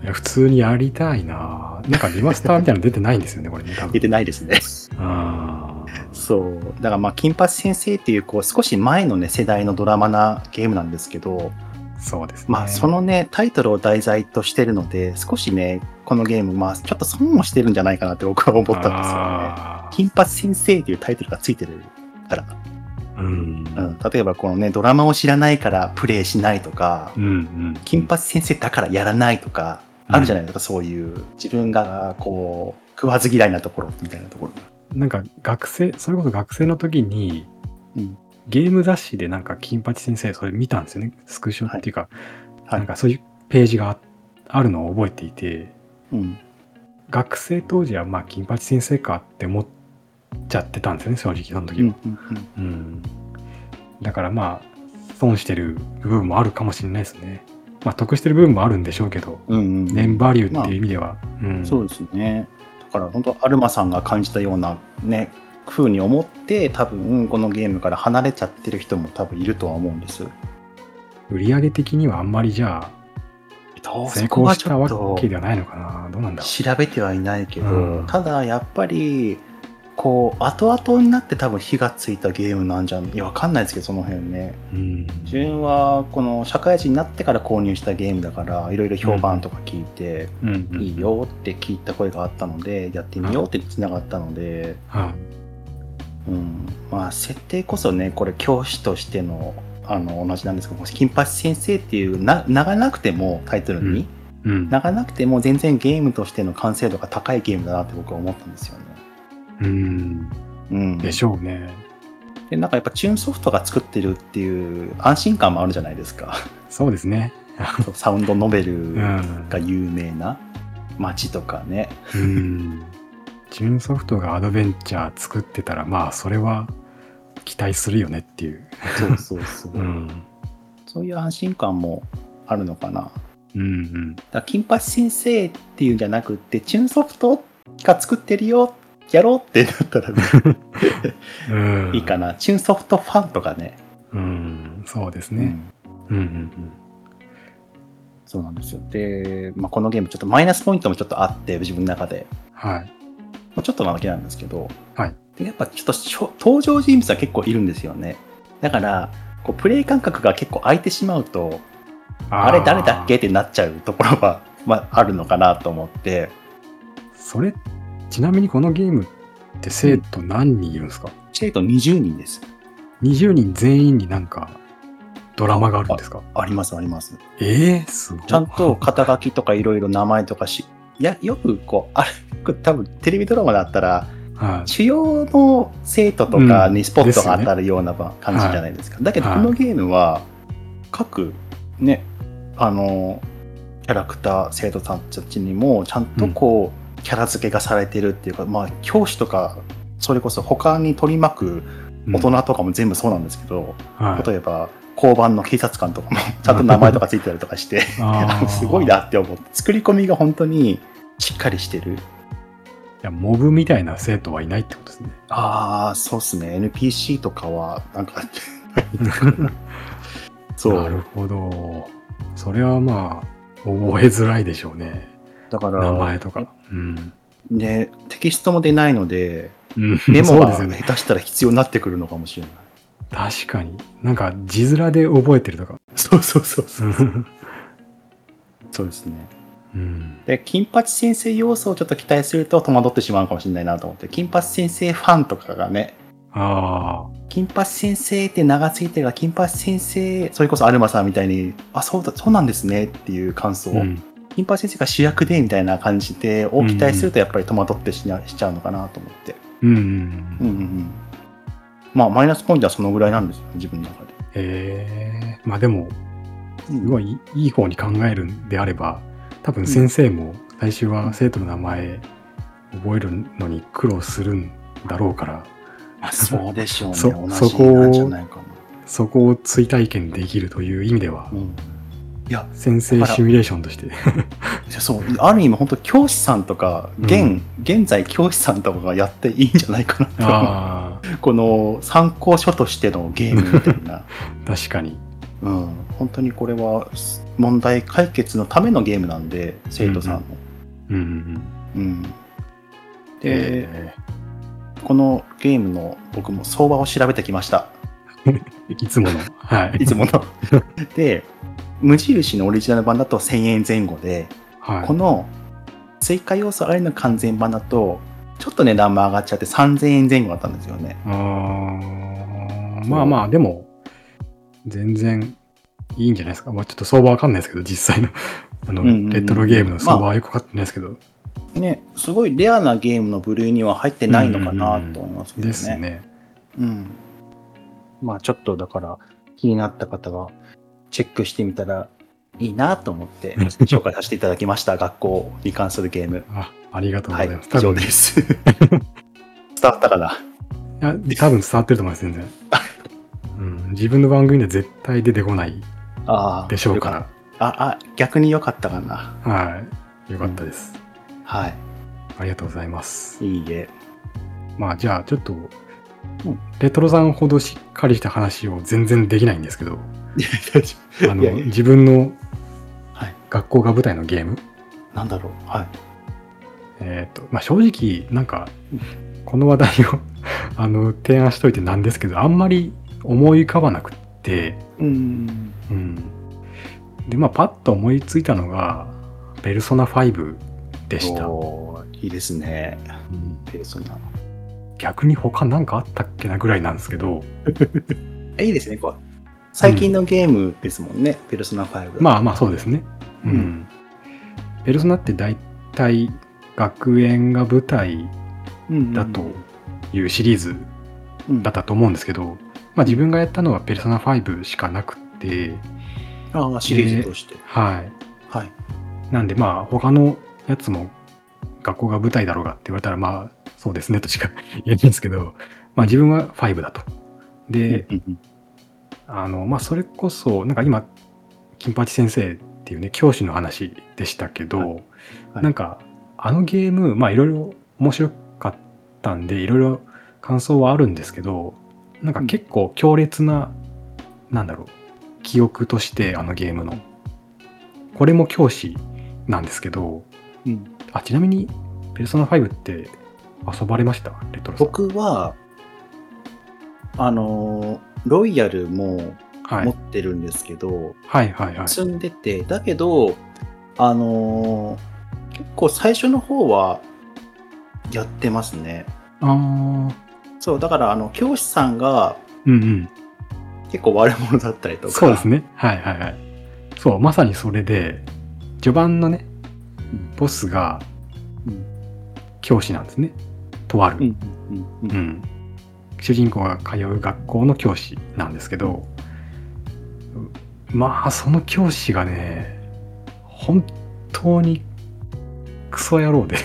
いや普通にやりたいな。なんかリマスターみたいなの出てないんですよね、これね。多分出てないですね。 あそう。だからまあ、金八先生っていう、こう、少し前のね、世代のドラマなゲームなんですけど、 あ、そうですね。 まあ、そのね、タイトルを題材としてるので、少しね、このゲーム、まあ、ちょっと損をしてるんじゃないかなって僕は思ったんですよね。 あー金八先生っていうタイトルがついてるから。 うんうん、例えばこのね、ドラマを知らないからプレイしないとか、 うんうん金八先生だからやらないとか、あるじゃないですか、そういう自分がこう、食わず嫌いなところみたいなところ。 なんか学生、それこそ学生の時に、 うんゲーム雑誌でなんか金八先生それ見たんですよね。スクショっていうか、 はいなんかそういうページがああるのを覚えていて、 うん学生当時はまあ金八先生かって思っちゃってたんですよね、正直その時は。 うんうんうんだからまあ損してる部分もあるかもしれないですね。まあ得してる部分もあるんでしょうけど、 うんうんうん年バリューっていう意味では、うんそうですね。だから本当アルマさんが感じたようなね、風に思って多分このゲームから離れちゃってる人も多分いるとは思うんです。 売上的にはあんまりじゃあ成功したわけではないのかな。どうなんだろ調べてはいないけど、 うんただやっぱりこう後々になって多分火がついたゲームなんじゃん、いやわかんないですけどその辺ね。 う。うん自分はこの社会人になってから購入したゲームだからいろいろ評判とか聞いて、 うんうん、 いいよって聞いた声があったのでやってみようってつながったので、 はいうん、まあ設定こそねこれ教師としてのあの同じなんですけど、金八先生っていうな名がなくてもタイトルに、 うんうん名がなくても全然ゲームとしての完成度が高いゲームだなって僕は思ったんですよね。 うんうん、 でしょうね。 でなんかやっぱチューンソフトが作ってるっていう安心感もあるじゃないですか。 そうですね。 そうサウンドノベルうんが有名な街とかね。 うんチューンソフトがアドベンチャー作ってたらまあそれは期待するよねっていう。 そうそうそう、 うんそういう安心感もあるのかな。 うんうんだから金八先生っていうんじゃなくってチューンソフトが作ってるよやろうってなったら、ねうんいいかな。チューンソフトファンとかね。 うんそうですね。 うんうんうんそうなんですよ。で、まあ、このゲームちょっとマイナスポイントもちょっとあって自分の中で、 はいまあちょっとなだけなんですけど、 はいでやっぱちょっとしょ登場人物は結構いるんですよね。だからこうプレイ感覚が結構空いてしまうとあれ誰だっけってなっちゃうところは、まあ、あるのかなと思って。 それちなみにこのゲームって生徒何人いるんですか？ 生徒にじゅうにんです。 にじゅうにん全員になんかドラマがあるんですか？ ありますあります。 ええー、すごい。 ちゃんと肩書きとかいろいろ名前とかし、いや、よくこう、あれ、多分テレビドラマだったら、 はい、 主要の生徒とかにスポットが当たるるような感じじゃないですか。 はい、 だけど、このゲームは、各、ね、あの、キャラクター、生徒さんたちにも、ちゃんとこう、うん、キャラ付けがされてるっていうか、まあ、教師とか、それこそ他に取り巻く大人とかも全部そうなんですけど、うんはい、例えば、交番の警察官とかもちゃんと名前とかついてたりとかしてすごいなって思って、作り込みが本当にしっかりしてる。いやモブみたいな生徒はいないってことですね。 ああ、そうですね。 エヌピーシー とかはなんかそうなるほど。それはまあ覚えづらいでしょうね。 だから名前とか、うん、 ね、テキストも出ないので、 うん、 メモが下手したら必要になってくるのかもしれない。 確かに。なんか字面で覚えてるとか。 そうそうそうそう。そうですね。 うん、 で、金八先生要素をちょっと期待すると戸惑ってしまうかもしれないなと思って、金八先生ファンとかがね、 あ金八先生って名がついてるが、金八先生、それこそアルマさんみたいに、あ、そうだ、そうなんですねっていう感想、うん、金八先生が主役でみたいな感じでを期待するとやっぱり戸惑ってしちゃうのかなと思って。 うんうんうん。 うんうんうんまあ、マイナスポイントはそのぐらいなんですよ、自分の中で。 へえ。まあでも、すごいいい方に考えるんであれば、多分先生も最初は生徒の名前覚えるのに苦労するんだろうから。 あ、そうでしょうね。 そ同じなんじゃないかな。 そこを追体験できるという意味では、うん、 いや先生シミュレーションとして。 そう、ある意味本当教師さんとか、現、うん、現在教師さんとかがやっていいんじゃないかなと。あこの参考書としてのゲームみたいな。 確かに。 うん。 本当にこれは問題解決のためのゲームなんで、生徒さんの。 うんうんうん。で、 えこのゲームの僕も相場を調べてきました。 ーいつもの。はい。 いつもの。で、無印のオリジナル版だとせんえんぜん後で、 はい、 この追加要素ありの完全版だと、ちょっと値段も上がっちゃってさんぜんえんぜん後だったんですよね。 あーまあまあ、でも、全然いいんじゃないですか。まあちょっと相場わかんないですけど、実際の、あの、 うんうんうんレトロゲームの相場はよくわかってないですけど。まあ、ね、すごいレアなゲームの部類には入ってないのかなと思いますけどね。 ですね。 うん。まあちょっとだから気になった方はチェックしてみたらいいなと思って紹介させていただきました。学校に関するゲーム。 あ、ありがとうございます。 はい、以上です。伝わったかな？ いや、多分伝わってると思います、全然。うん、自分の番組では絶対出てこないでしょうから。 ああ、逆に良かったかな。 はい。よかったです、 うん。はい。 ありがとうございます。 いいえ。 まあ、じゃあ、ちょっと、うん、レトロさんほどしっかりした話を全然できないんですけど、あの、いやいや自分の学校が舞台のゲーム、はい、 なんだろう。はい。 えっと、まあ、正直、なんか、この話題をあの提案しといてなんですけど、あんまり思い浮かばなくって、 うん。 うん。で、まあ、パッと思いついたのが、ペルソナファイブでした。 おー、いいですね。うん、ペルソナ。 逆に他なんかあったっけなぐらいなんですけど。 いいですね、こう。最近のゲームですもんね、うん、ペルソナファイブ。 まあまあそうですね。うん。うん、ペルソナって大体学園が舞台だというシリーズだったと思うんですけど、うんうん、まあ自分がやったのはペルソナファイブしかなくて、 ああ、シリーズとして。 はい。 はい。 なんでまあ他のやつも学校が舞台だろうがって言われたらまあそうですねとしか言えないんですけど、まあ自分はファイブだと。で、うんうん、あのまあそれこそなんか今金八先生っていうね教師の話でしたけど、はいはい、なんかあのゲームまあいろいろ面白かったんでいろいろ感想はあるんですけど、なんか結構強烈な、うん、なんだろう記憶としてあのゲームのこれも教師なんですけど、うん、あちなみにペルソナファイブって遊ばれました？レトロさん。 僕はあのロイヤルも持ってるんですけど、 はい、はいはいはい積んでて、だけどあの結構最初の方はやってますね。 ああ。 そうだからあの教師さんが、 うんうん、 結構悪者だったりとか。 そうですね。はいはいはい。そうまさにそれで序盤のねボスが教師なんですね。とある、うんうんうんうん、主人公が通う学校の教師なんですけど、まあその教師がね本当にクソ野郎で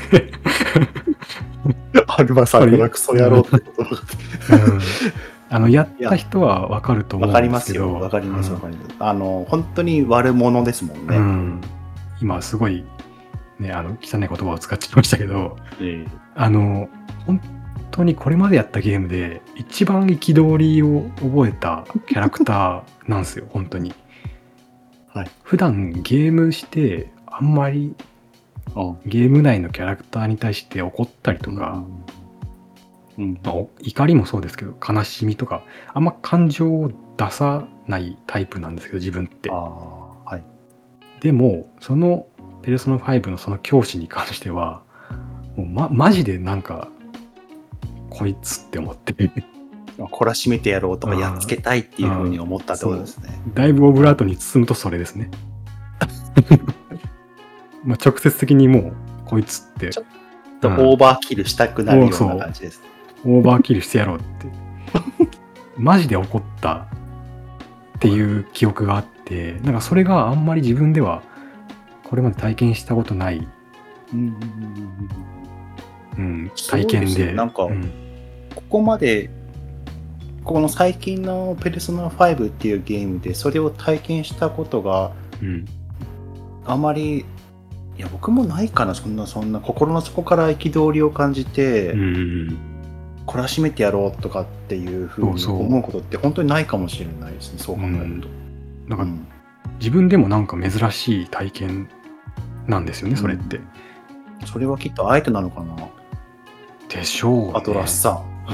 アルバさんがクソ野郎ってことが、 うん、あのやった人は分かると思うんですけど、 分かりますよ、分かります、分かります。あの本当に悪者ですもんね。うん、 今すごいねあの汚い言葉を使っちゃいましたけど、えー、あの本当にこれまでやったゲームで一番憤りを覚えたキャラクターなんですよ本当に。はい、普段ゲームしてあんまりゲーム内のキャラクターに対して怒ったりとか、うんうんまあ、怒りもそうですけど悲しみとかあんま感情を出さないタイプなんですけど自分って。あ、はい、でもそのペルソナファイブのその教師に関してはもう、ま、マジでなんかこいつって思って懲らしめてやろうとかやっつけたいっていうふうに思ったってことですね。 だいぶオブラートに包むとそれですねまあ直接的にもうこいつってちょっとオーバーキルしたくなるような感じです、 うん、オーバーキルしてやろうってマジで怒ったっていう記憶があって、なんかそれがあんまり自分ではこれまで体験したことない、うんうん、体験 で, でなんか、うん、ここまでこの最近のペルソナファイブっていうゲームでそれを体験したことが、うん、あまりいや僕もないかな。そんなそんな心の底から憤りを感じて、うん、懲らしめてやろうとかっていうふうに思うことって本当にないかもしれないですね。そう考えると、 うん、なんか自分でもなんか珍しい体験なんですよね、それって。 うん、それはきっとアイテなのかな。 でしょうね。 アトラスさん。うん。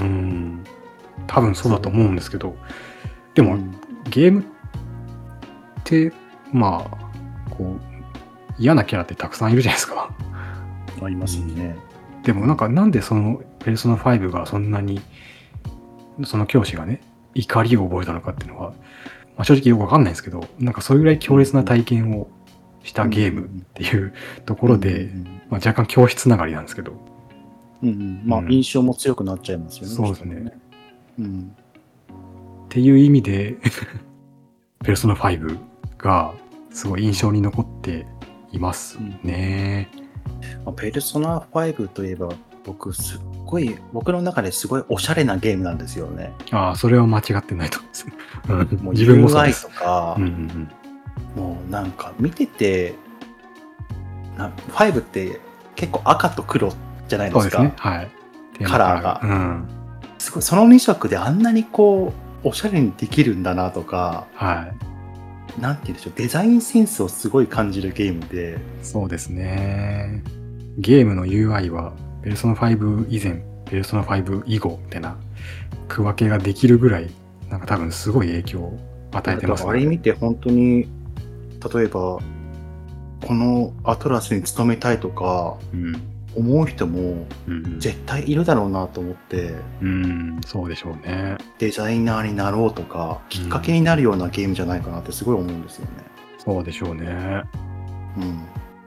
多分そうだと思うんですけど、でも、うん、ゲームってまあこう嫌なキャラってたくさんいるじゃないですか。 ありますね。 うん、でもなんかなんでそのペルソナファイブがそんなにその教師がね怒りを覚えたのかっていうのは、まあ、正直よくわかんないですけど、なんかそれぐらい強烈な体験をしたゲームっていうところで、まあ、若干教室つながりなんですけど、 うんうん、まあ印象も強くなっちゃいますよね。 そうですね。 うん、 っていう意味でペルソナファイブがすごい印象に残っていますね。 うん、ペルソナファイブといえば僕すっごい僕の中ですごいおしゃれなゲームなんですよね。 ああ、それは間違ってないと思います。 もう ユーアイ とか、 うんうんうん、もうなんか見ててなファイブって結構赤と黒じゃないですか。 そうですね。はい。 カラーが、 うん、 すごいそのに色であんなにこうおしゃれにできるんだなとか、 はい。 なんて言うんでしょう、デザインセンスをすごい感じるゲームで。 そうですね。ゲームの ユーアイ はペルソナファイブ以前、ペルソナファイブ以後みたいな区分けができるぐらい、なんか多分すごい影響を与えてますね。 あれ見て本当に例えばこのアトラスに勤めたいとか思う人も絶対いるだろうなと思って、 うん、うん、そうでしょうね。 デザイナーになろうとかきっかけになるようなゲームじゃないかなってすごい思うんですよね。 うん、そうでしょうね。 うん。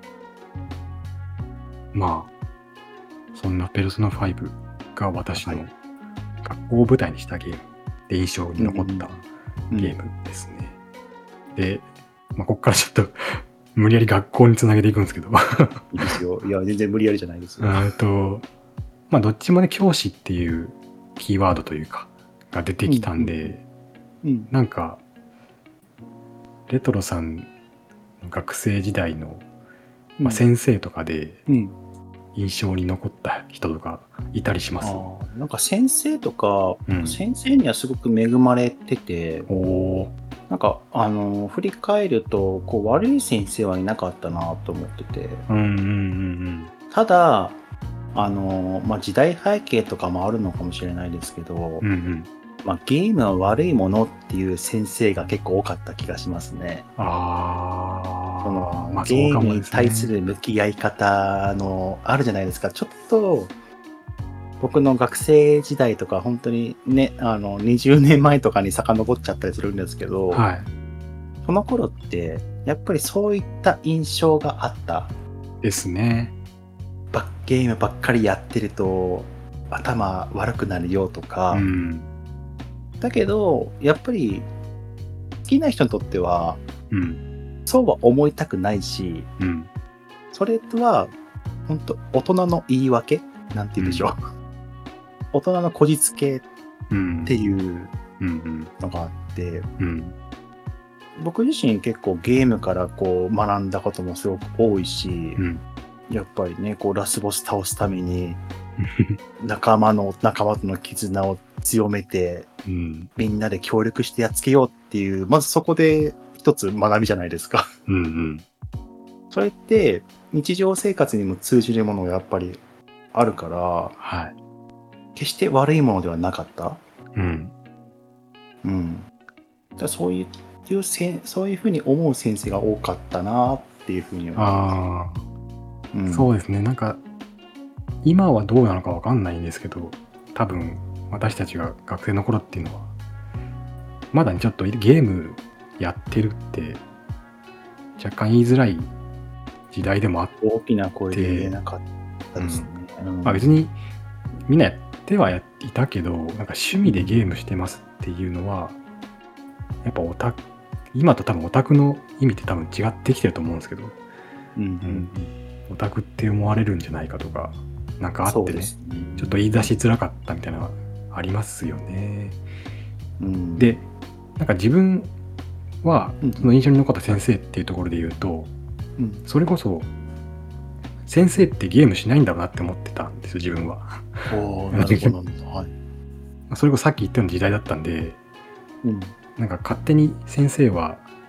まあそんなペルソナファイブが私の学校を舞台にしたゲームで印象に残ったゲームですね。うんうん、で、まあ、ここからちょっと無理やり学校につなげていくんですけど。 いいですよ。いや、全然無理やりじゃないですよ。 えっと、まあ、どっちもね、教師っていうキーワードというか、が出てきたんで、うんうん、なんか、レトロさんの学生時代の、まあ、先生とかで、印象に残った人とかいたりします？ あ、なんか先生とか、うん、先生にはすごく恵まれてて、おなんかあの振り返るとこう悪い先生はいなかったなと思ってて、 うんうんうんうん、 ただあの、まあ、時代背景とかもあるのかもしれないですけど、うんうんまあ、ゲームは悪いものっていう先生が結構多かった気がしますね。あその、まあ、ゲームに対する向き合い方のあるじゃないですか。ちょっと僕の学生時代とか本当にねあのにじゅうねんまえとかに遡っちゃったりするんですけど、はい、その頃ってやっぱりそういった印象があったですね。 ゲームばっかりやってると頭悪くなるよとか、うん、だけどやっぱり好きな人にとっては、うん、そうは思いたくないし、うん、それとは本当大人の言い訳なんて言うんでしょう、うん、大人のこじつけっていうのがあって、うんうん、僕自身結構ゲームからこう学んだこともすごく多いし、うんやっぱりね、こうラスボス倒すために仲間の仲間との絆を強めて、うん、みんなで協力してやっつけようっていう、まずそこで一つ学びじゃないですか。うんうん、それって日常生活にも通じるものがやっぱりあるから、はい、決して悪いものではなかった。うん。うん。だそういう、そういうふうに思う先生が多かったなっていうふうに思います。 うん、そうですね。なんか今はどうなのかわかんないんですけど、多分私たちが学生の頃っていうのはまだちょっとゲームやってるって若干言いづらい時代でもあって、 大きな声で言えなかったですね。 うんうんまあ、別にみんなやってはいたけど、なんか趣味でゲームしてますっていうのはやっぱオタク、今と多分オタクの意味って多分違ってきてると思うんですけど、うんうんうんオタクって思われるんじゃないかとかなんかあって ね, ねちょっと言い出しづらかったみたいなのはありますよね、うん、でなんか自分はその印象に残った先生っていうところで言うと、うん、それこそ先生ってゲームしないんだろうなって思ってたんですよ自分は。 おなるほど、はい、 それこそさっき言ったような時代だったんで、うん、なんか勝手に先生は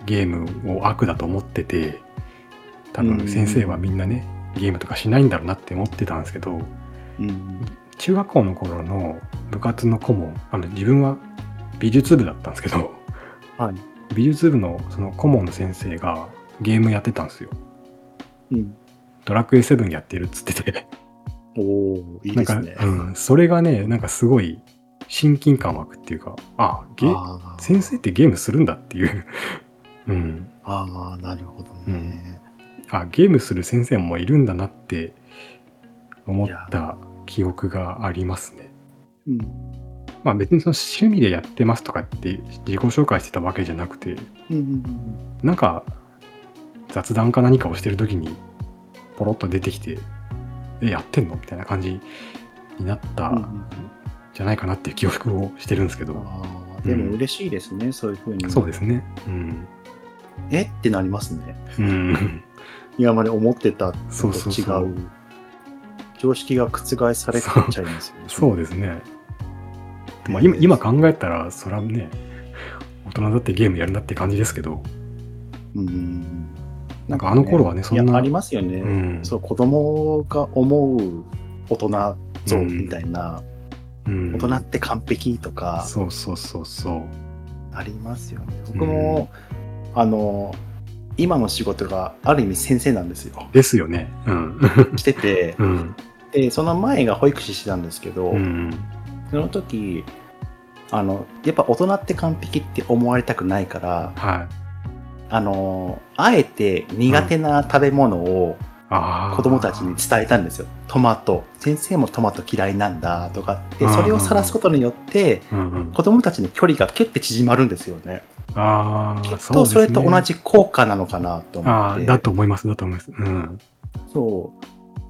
ゲームを悪だと思ってて、多分先生はみんなね、ゲームとかしないんだろうなって思ってたんですけど、 うん。 中学校の頃の部活の顧問、あの自分は美術部だったんですけど、 はい。 美術部のその顧問の先生がゲームやってたんですよ。 うん。 ドラクエセブンやってるっつってて、 おお、いいですね。 なんか、うん、それがね、なんかすごい親近感湧くっていうか、あ、ゲあー先生ってゲームするんだっていう、うん、 あー、なるほどね。 あ、ゲームする先生もいるんだなって思った記憶がありますね。 うん。 まあ別にその趣味でやってますとかって自己紹介してたわけじゃなくて、 うんうんなんか雑談か何かをしてる時にポロッと出てきて、え、やってんのみたいな感じになったうんうんんじゃないかなっていう記憶をしてるんですけど。 ああ、でも嬉しいですね、そういうふうに。 そうですね。うん。 えってなりますね。 うん。 今まで思ってたのと違う。 そうそうそう常識が覆されちゃいますよね。 そうですね。まあ今今考えたら、そらね、大人だってゲームやるなって感じですけど、 うん。 なんかあの頃はね、そんな。 いやありますよね。 うんそう、子供が思う大人像みたいな、 うん、 大人って完璧とか、 そうそうそうそう。 ありますよね。僕も、あの、今の仕事がある意味先生なんですよ。 ですよね。うん。 してて、 うん。 で、その前が保育士してたんですけど、 うん。 その時、あの、やっぱ大人って完璧って思われたくないから、 はい。 あの、あえて苦手な食べ物を子供たちに伝えたんですよ。トマト。先生もトマト嫌いなんだとかって、それを晒すことによって、子供たちの距離がキュッて縮まるんですよね。 ああ、 きっとそれと同じ効果なのかなと思って。ああ、だと思います、だと思います。うん。 そう。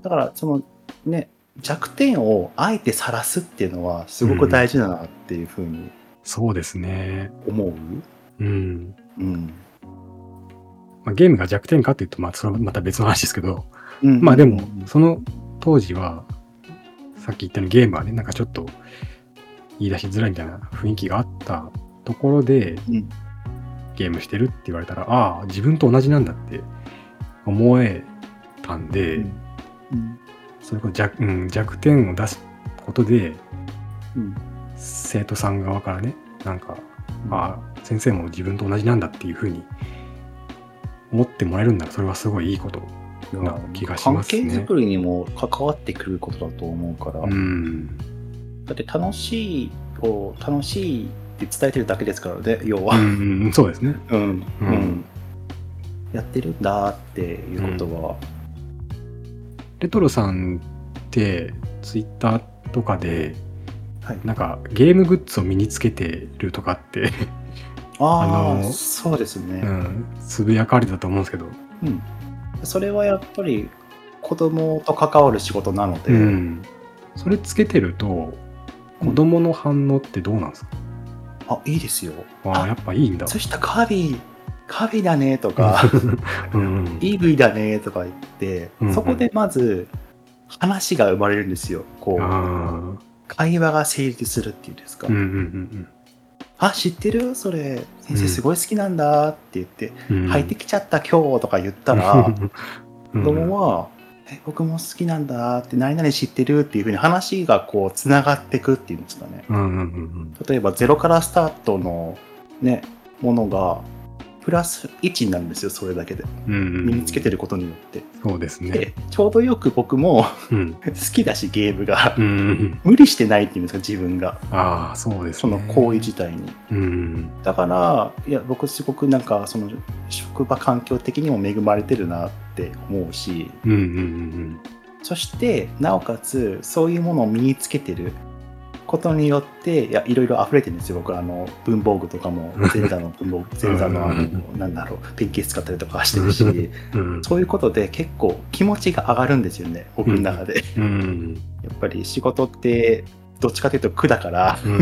だから、そのね、弱点をあえて晒すっていうのはすごく大事だなっていうふうに、 そうですね。 思う。 うん。 うん。 まあ、ゲームが弱点かっていうと、まあ、それはまた別の話ですけど、 うんうんうん、 まあでも、その当時は、さっき言ったようにゲームはね、なんかちょっと言い出しづらいみたいな雰囲気があったところで、うん、ゲームしてるって言われたら、ああ、自分と同じなんだって思えたんで、うんうん、それこそ 弱,、うん、弱点を出すことで、うん、生徒さん側からね、なんか、うん、ああ、先生も自分と同じなんだっていうふうに思ってもらえるんなら、それはすごいいいことな気がしますね。 関係づくりにも関わってくることだと思うから、うん、だって楽しいを楽しいって伝えてるだけですからね、要は。 うんうん、そうですね。 うん、うんうん、やってるんだっていうことは。 うん、レトロさんってツイッターとかで、はい、なんかゲームグッズを身につけてるとかってあのそうですね、 うん、つぶやかれたと思うんですけど、 うん、それはやっぱり子供と関わる仕事なので、うん、 それつけてると子供の反応ってどうなんですか？ うん、あ、いいですよ。 あ、やっぱいいんだ。 そしたらカビカビだねとか、うん、イーブイ だねとか言って、うんうん、そこでまず話が生まれるんですよ。こう会話が成立するっていうんですか。うんうんうんうん、あ、知ってる？それ先生すごい好きなんだって言って、うん、入ってきちゃった今日とか言ったら、うん、子供はえ僕も好きなんだって何々知ってるっていう風に話がこうつながっていくっていうんですかね。うんうんうんうん、例えばゼロからスタートのねものがプラスいちになるんですよ、それだけで、うんうん、身につけてることによって。 そうですね。 でちょうどよく僕も、うん、好きだしゲームが、うんうん、無理してないっていうんですか、自分が。 ああ、そうですね。 その行為自体に、うん、だからいや僕すごくなんかその職場環境的にも恵まれてるなって思うし、うんうんうんうん、そしてなおかつそういうものを身につけてることによっていやいろいろ溢れてるんですよ。僕あの文房具とかもゼルダの文房具ゼルダのあのなんだろうペンケース使ったりとかしてるし、うん、そういうことで結構気持ちが上がるんですよね、僕の中で、うんうん、やっぱり仕事ってどっちかというと苦だから、うん、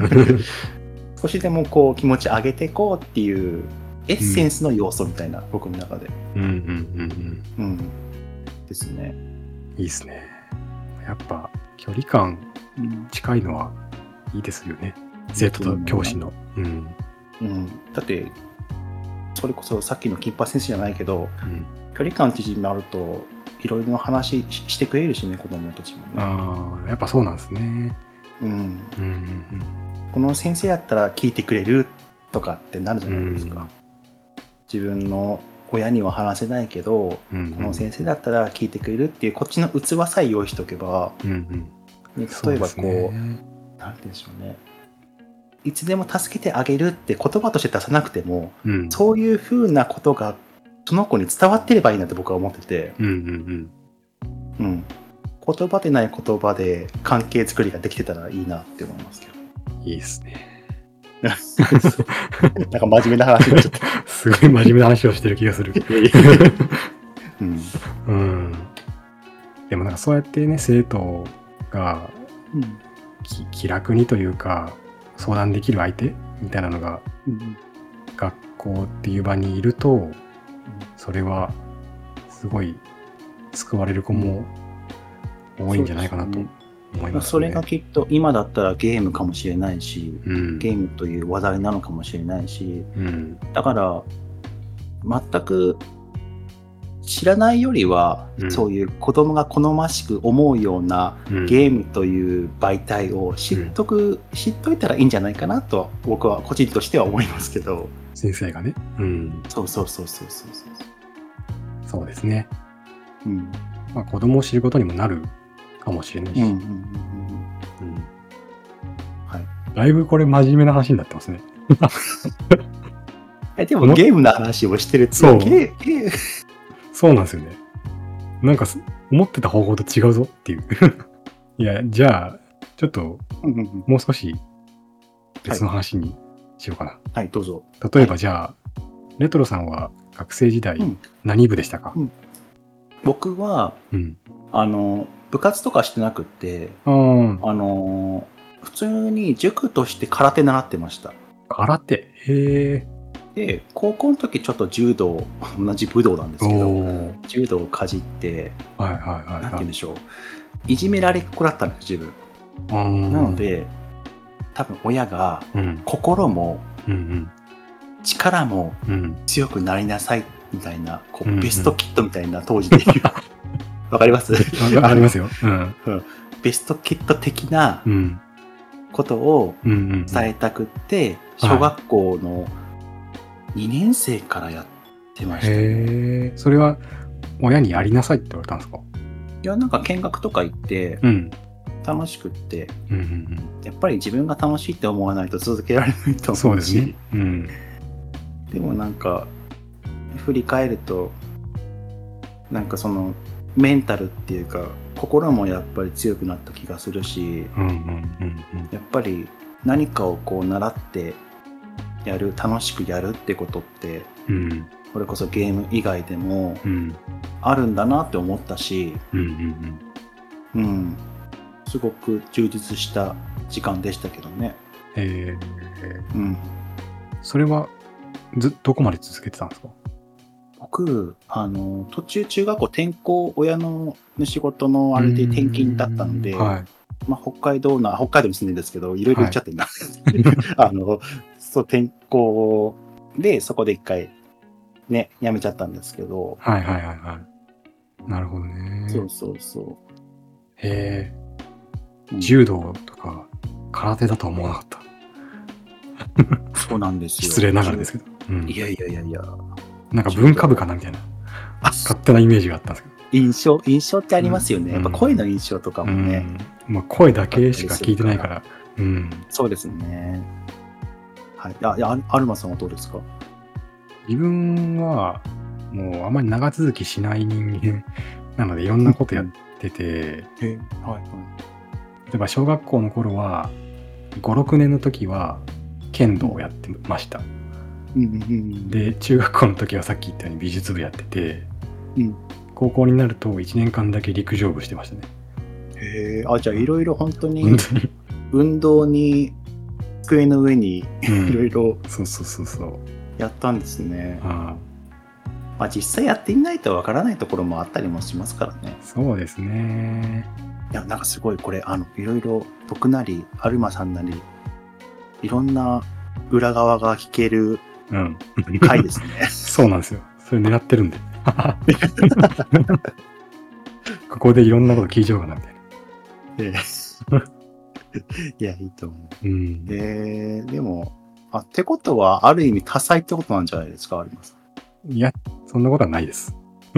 少しでもこう気持ち上げていこうっていうエッセンスの要素みたいな、うん、僕の中で、うんうんうんうん、ですね。 いいですね。やっぱ距離感近いのはいいですよね、生徒と教師の、うんうん、だってそれこそさっきの金八先生じゃないけど、 うん、 距離感縮まるといろいろな話 し, してくれるしね、子供たちもね。 ああ、やっぱそうなんですね。 うん。 うんうんこの先生やったら聞いてくれるとかってなるじゃないですか。うん、自分の親には話せないけど、うんうん、この先生だったら聞いてくれるっていうこっちの器さえ用意しておけば、うんうん、例えばこう、ね、なんて言うんでしょうね。いつでも助けてあげるって言葉として出さなくても、うん、そういう風なことがその子に伝わってればいいなって僕は思ってて、うんうんうんうん、言葉でない言葉で関係作りができてたらいいなって思いますけど。 いいですね。 なんか真面目な話になっちゃった。 すごい真面目な話をしてる気がする。うんうん、でもなんかそうやってね、生徒が、うん、気楽にというか相談できる相手みたいなのが、うん、学校っていう場にいると、うん、それはすごい救われる子も多いんじゃないかなと思いますね。 それがきっと今だったらゲームかもしれないし、うん、ゲームという話題なのかもしれないし、うん、だから全く知らないよりは、うん、そういう子供が好ましく思うようなゲームという媒体を知っとく、うん、知っといたらいいんじゃないかなと僕は個人としては思いますけど。 先生がね。うん、 そうそうそうそうそうそう。 そうですね。うん、まあ子供を知ることにもなるかもしれないし。うんうんうんうん、はい。だいぶこれ真面目な話になってますね。 えでもゲームの話をしてるってそうゲーそうなんですよね。なんか思ってた方向と違うぞっていう。いや、じゃあちょっともう少し別の話にしようかな。 はい、はい、どうぞ。 例えばじゃあ、はい、レトロさんは学生時代、うん、何部でしたか？うん、 僕は、うん、あの部活とかしてなくって、あの普通に塾として空手習ってました。 空手？へえ。 で高校の時ちょっと柔道、同じ武道なんですけど、柔道をかじって、はいはいはいはい、なんて言うんでしょう、いじめられっ子だったんです自分。なので多分親が心も力も強くなりなさいみたいな、こうベストキットみたいな当時で言うわかります？ わかりますよ、うんうん、ベストキット的なことを伝えたくって、小学校のにねん生からやってました、ね。 へー、それは親にやりなさいって言われたんですか？ いや、なんか見学とか行って、うん、楽しくって、うんうんうん、やっぱり自分が楽しいって思わないと続けられないと思うし、そうですね、うん、でもなんか振り返るとなんかそのメンタルっていうか心もやっぱり強くなった気がするし、うんうんうんうん、やっぱり何かをこう習ってやる、楽しくやるってことって、うん、これこそゲーム以外でもあるんだなって思ったし、うんうんうんうん、すごく充実した時間でしたけどね。へー、うん、それはずどこまで続けてたんですか？ 僕あの途中中学校転校、親の仕事のあれで転勤だったので、はい、まあ、北海道な北海道に住んでるんですけど、いろいろ言っちゃってんだ、はい、あのそう転校でそこで一回ね辞めちゃったんですけど、 はいはいはいはい、なるほどね。 そうそうそう。 へえ、うん、柔道とか空手だとは思わなかった。 そうなんですよ。 失礼ながらですけど、 うん、いやいやいやいや、 なんか文化部かなみたいな勝手なイメージがあったんですけど。 印象印象ってありますよね、うん、やっぱ声の印象とかもね、 うん、まあ、声だけしか聞いてないから、うん、 そうですね。はい、あ、いや、アルマさんはどうですか？ 自分はもうあまり長続きしない人間なのでいろんなことやってて、うん、はいはい、例えば小学校の頃はご、ろくねんの時は剣道をやってました、うんうんうん、で中学校の時はさっき言ったように美術部やってて、うん、高校になるといちねんかんだけ陸上部してましたね。 へー、あ、じゃあいろいろ本当に運動に机の上にいろいろそうそうそうそうやったんですね。あ、まあ、実際やってみないとわからないところもあったりもしますからね。 そうですね。 いや、なんかすごいこれあのいろいろ僕なりアルマさんなりいろんな裏側が聞けるうん。 回ですね。 そうなんですよ。それ狙ってるんで。ここでいろんなこと聞いちゃおうかなみたいな。 ええいや、いいと思う。 うん。 えー、でも、あ、ってことは、ある意味多彩ってことなんじゃないですか、有馬さん。 いや、そんなことはないです。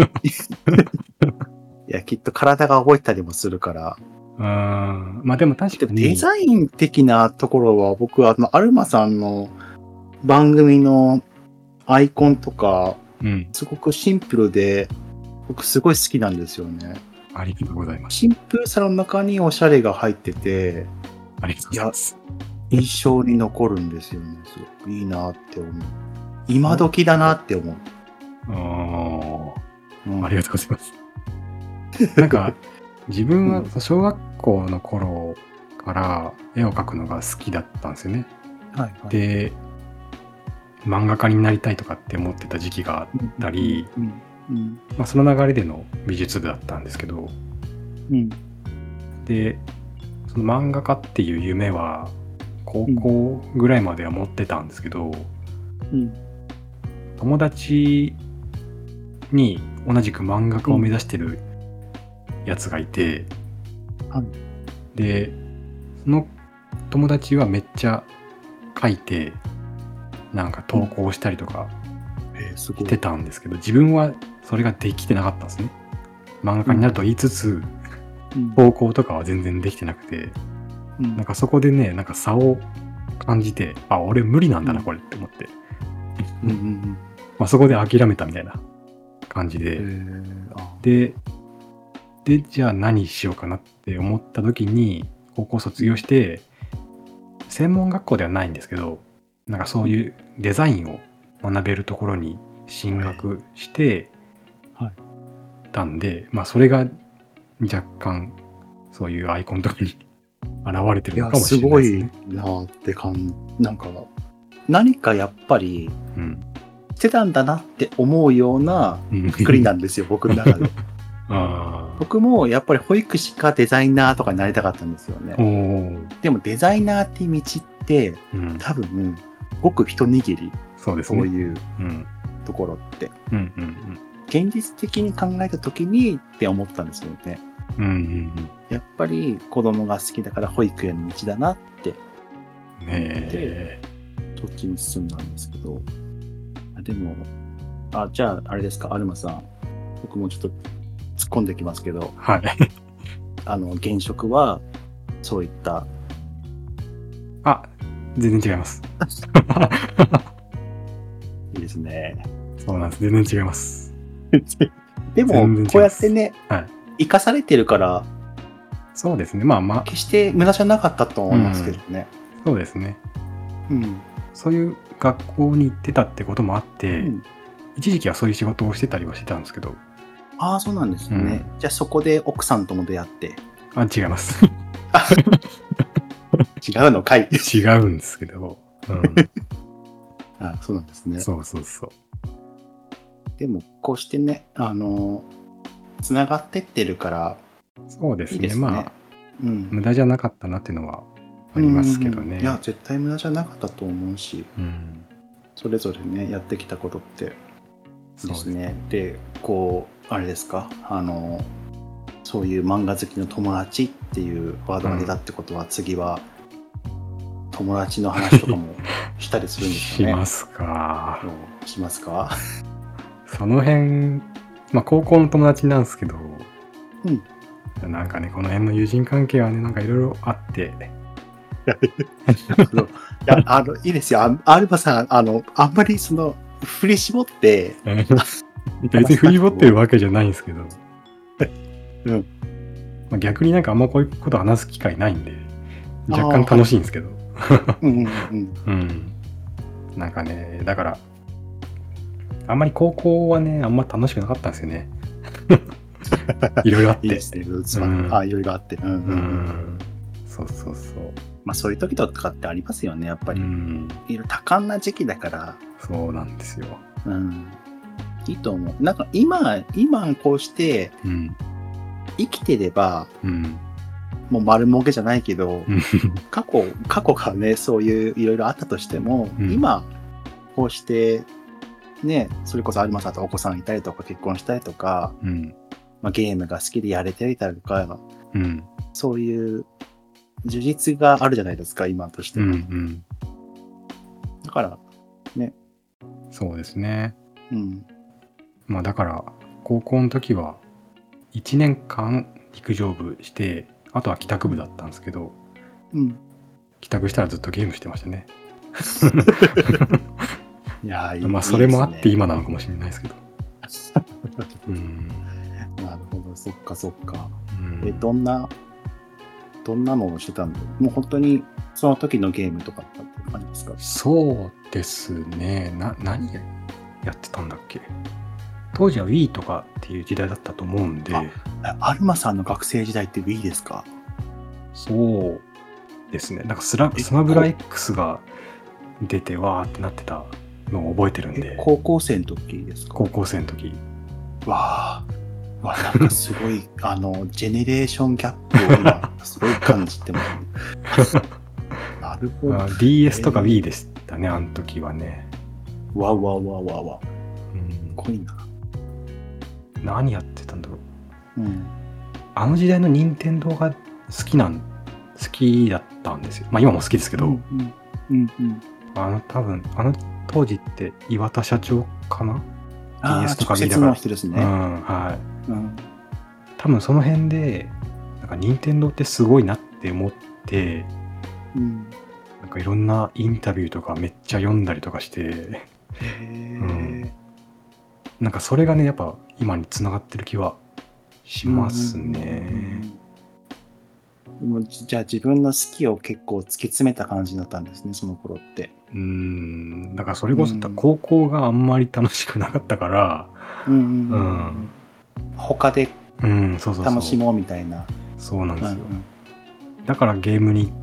いや、きっと体が覚えたりもするから。 うーん。まあでも確でもかに。 デザイン的なところは、僕は、あの、アルマさんの番組のアイコンとか、 うん。 すごくシンプルで、僕すごい好きなんですよね。 ありがとうございます。 シンプルさの中におしゃれが入ってて、 ありがとうございます。 印象に残るんですよね。すごくいいなって思う。今時だなって思う。 あうんあ、ありがとうございます。なんか、自分は小学校の頃から絵を描くのが好きだったんですよね。 はいはい、 で、漫画家になりたいとかって思ってた時期があったり、 うんうんまあ、その流れでの美術部だったんですけど、 うんで、その漫画家っていう夢は高校ぐらいまでは持ってたんですけど、 うん友達に同じく漫画家を目指してるやつがいて、 はいで、その友達はめっちゃ描いて、なんか投稿したりとかえー、すごい。 してたんですけど、自分はそれができてなかったんですね。漫画家になると言いつつ、 うん投稿とかは全然できてなくて、 うんなんかそこでね、なんか差を感じて、あ、俺無理なんだな、 うんこれって思って。 うんうんうんまあそこで諦めたみたいな感じえで、 ーあで、で、じゃあ何しようかなって思った時に、高校卒業して、専門学校ではないんですけど、なんかそういうデザインを学べるところに進学してはいたんで、まあそれが若干そういうアイコンとかに現れていや、 るのかもしすごいれないですね。 なーって感じ。なんか、何かやっぱり、 うん。 してたんだなって思うようなうん作りなんですよ、僕の中で。 あ僕もやっぱり保育士かデザイナーとかになりたかったんですよあ。 ね。 おーでもデザイナーっていう道ってうん。 多分ごく一握り、 そうですね。 そういううん。 ところって。 うんうん現実的に考えた時にって思ったんですよね。 うん。うんうんやっぱり子供が好きだから保育園の道だなってうん。ねえ。 そっちに進んだんですけど。あでも、あ、じゃああれですか、アルマさん。僕もちょっと突っ込んできますけど、 はい。 あの、現職はそういったあ、全然違います。 いいですね。 そうなんです。全然違います。 でも全然違います、 こうやってね、 はい。 生かされてるから、 そうですね。まあまあ、 決して無駄じゃなかったと思いますけどね。 そうですね。 うん。 そういう学校に行ってたってこともあって、 うん一時期はそういう仕事をしてたりはしてたんですけど、 ああ、そうなんですね。じゃあそこで奥さんとも出会って。 あ、違います。 違うのかい。 違うんですけど、うん、 あそうなんですね。 そうそうそう。 でも、こうしてね、あの、つながってってるから、 そうですね。 いいですね。 まあ、 うん。 無駄じゃなかったなっていうのはありますけどね。 うんうんうんいや、絶対無駄じゃなかったと思うし、 うん、 それぞれね、やってきたことってそうですね。で、こう、あれですか、あの、そういう漫画好きの友達っていうワードが出たってことは、次は友達の話とかもしたりするんですかね。 しますか。 うんしますかその辺、まあ高校の友達なんですけど、 うん。 なんかね、この辺の友人関係はね、なんかいろいろあって、 いや、あの、いいですよ。あアルバさん、あの、あんまりその、振り絞って、 別に振り絞ってるわけじゃないんですけど、 うんまあ、逆になんかあんまこういうこと話す機会ないんで、若干楽しいんですけど、 うんうんうん。 うん。なんかね、だから、あんまり高校はね、あんま楽しくなかったんですよね。いろいろあって。 いいですね。つまうんあ、いろいろあって。うんうんううん。 ん。そうそうそう。 まあ、そういう時とかってありますよね、やっぱうり。 ん。 いろいろ多感な時期だから、 そうなんですよ。 うん。いいと思う。なんか今、今こうしてうん。 生きてれば、 うん。 もう丸儲けじゃないけど、 うん過去、過去がね、そういういろいろあったとしても、 うん今、 こうして、ね、それこそ有馬さんとお子さんいたりとか結婚したりとか、 うん。 まあ、ゲームが好きでやれていたりとか、 うん。 そういう充実があるじゃないですか、今としては。 うん。うん。 だから、ね。 そうですね。 うん。 まあだから、高校の時はいちねんかん陸上部して、あとは帰宅部だったんですけど、 うん。 帰宅したらずっとゲームしてましたね。 いやー、いいまあそれもあっていいですね今なのかもしれないですけど。うん。 なるほど、そっかそっか。 うんえ、どんな、どんなのをしてたんだろう。もう本当にその時のゲームとかっていう感じですか？ そうですね。な、何やってたんだっけ。当時は Wii とかっていう時代だったと思うんで、 アルマさんの学生時代って Wii ですか？ そうですね。なんかスラスマブラ X が出てわーってなってたのを覚えてるんで、 高校生の時ですか？ 高校生の時。 わー、わなんかすごい、あの、ジェネレーションギャップを今、すごい感じてます、ね。なるほど。 ディーエス とか Wii でしたね、あの時はね。 わわわわわ。 うん、 すごいな。 何やってたんだろう。 うん、 あの時代の任天堂が好きなん、好きだったんですよ。まあ今も好きですけど、 うんうんうんうん、 あの多分、あの当時って岩田社長かな？ ディーエス とか直接の人ですね。 うん、はい。 うん、 多分その辺で、なんか任天堂ってすごいなって思って、 うん、 なんかいろんなインタビューとかめっちゃ読んだりとかして、 へー、 うん、なんかそれがね、やっぱ今につながってる気はしますね。 うんうん、じゃあ自分の好きを結構突き詰めた感じだったんですね、その頃って。 うーん、だからそれこそ高校があんまり楽しくなかったから、 うんうんうんうん、他で楽しもうみたいな。 そうなんですよ。うんうん、だからゲームに行って、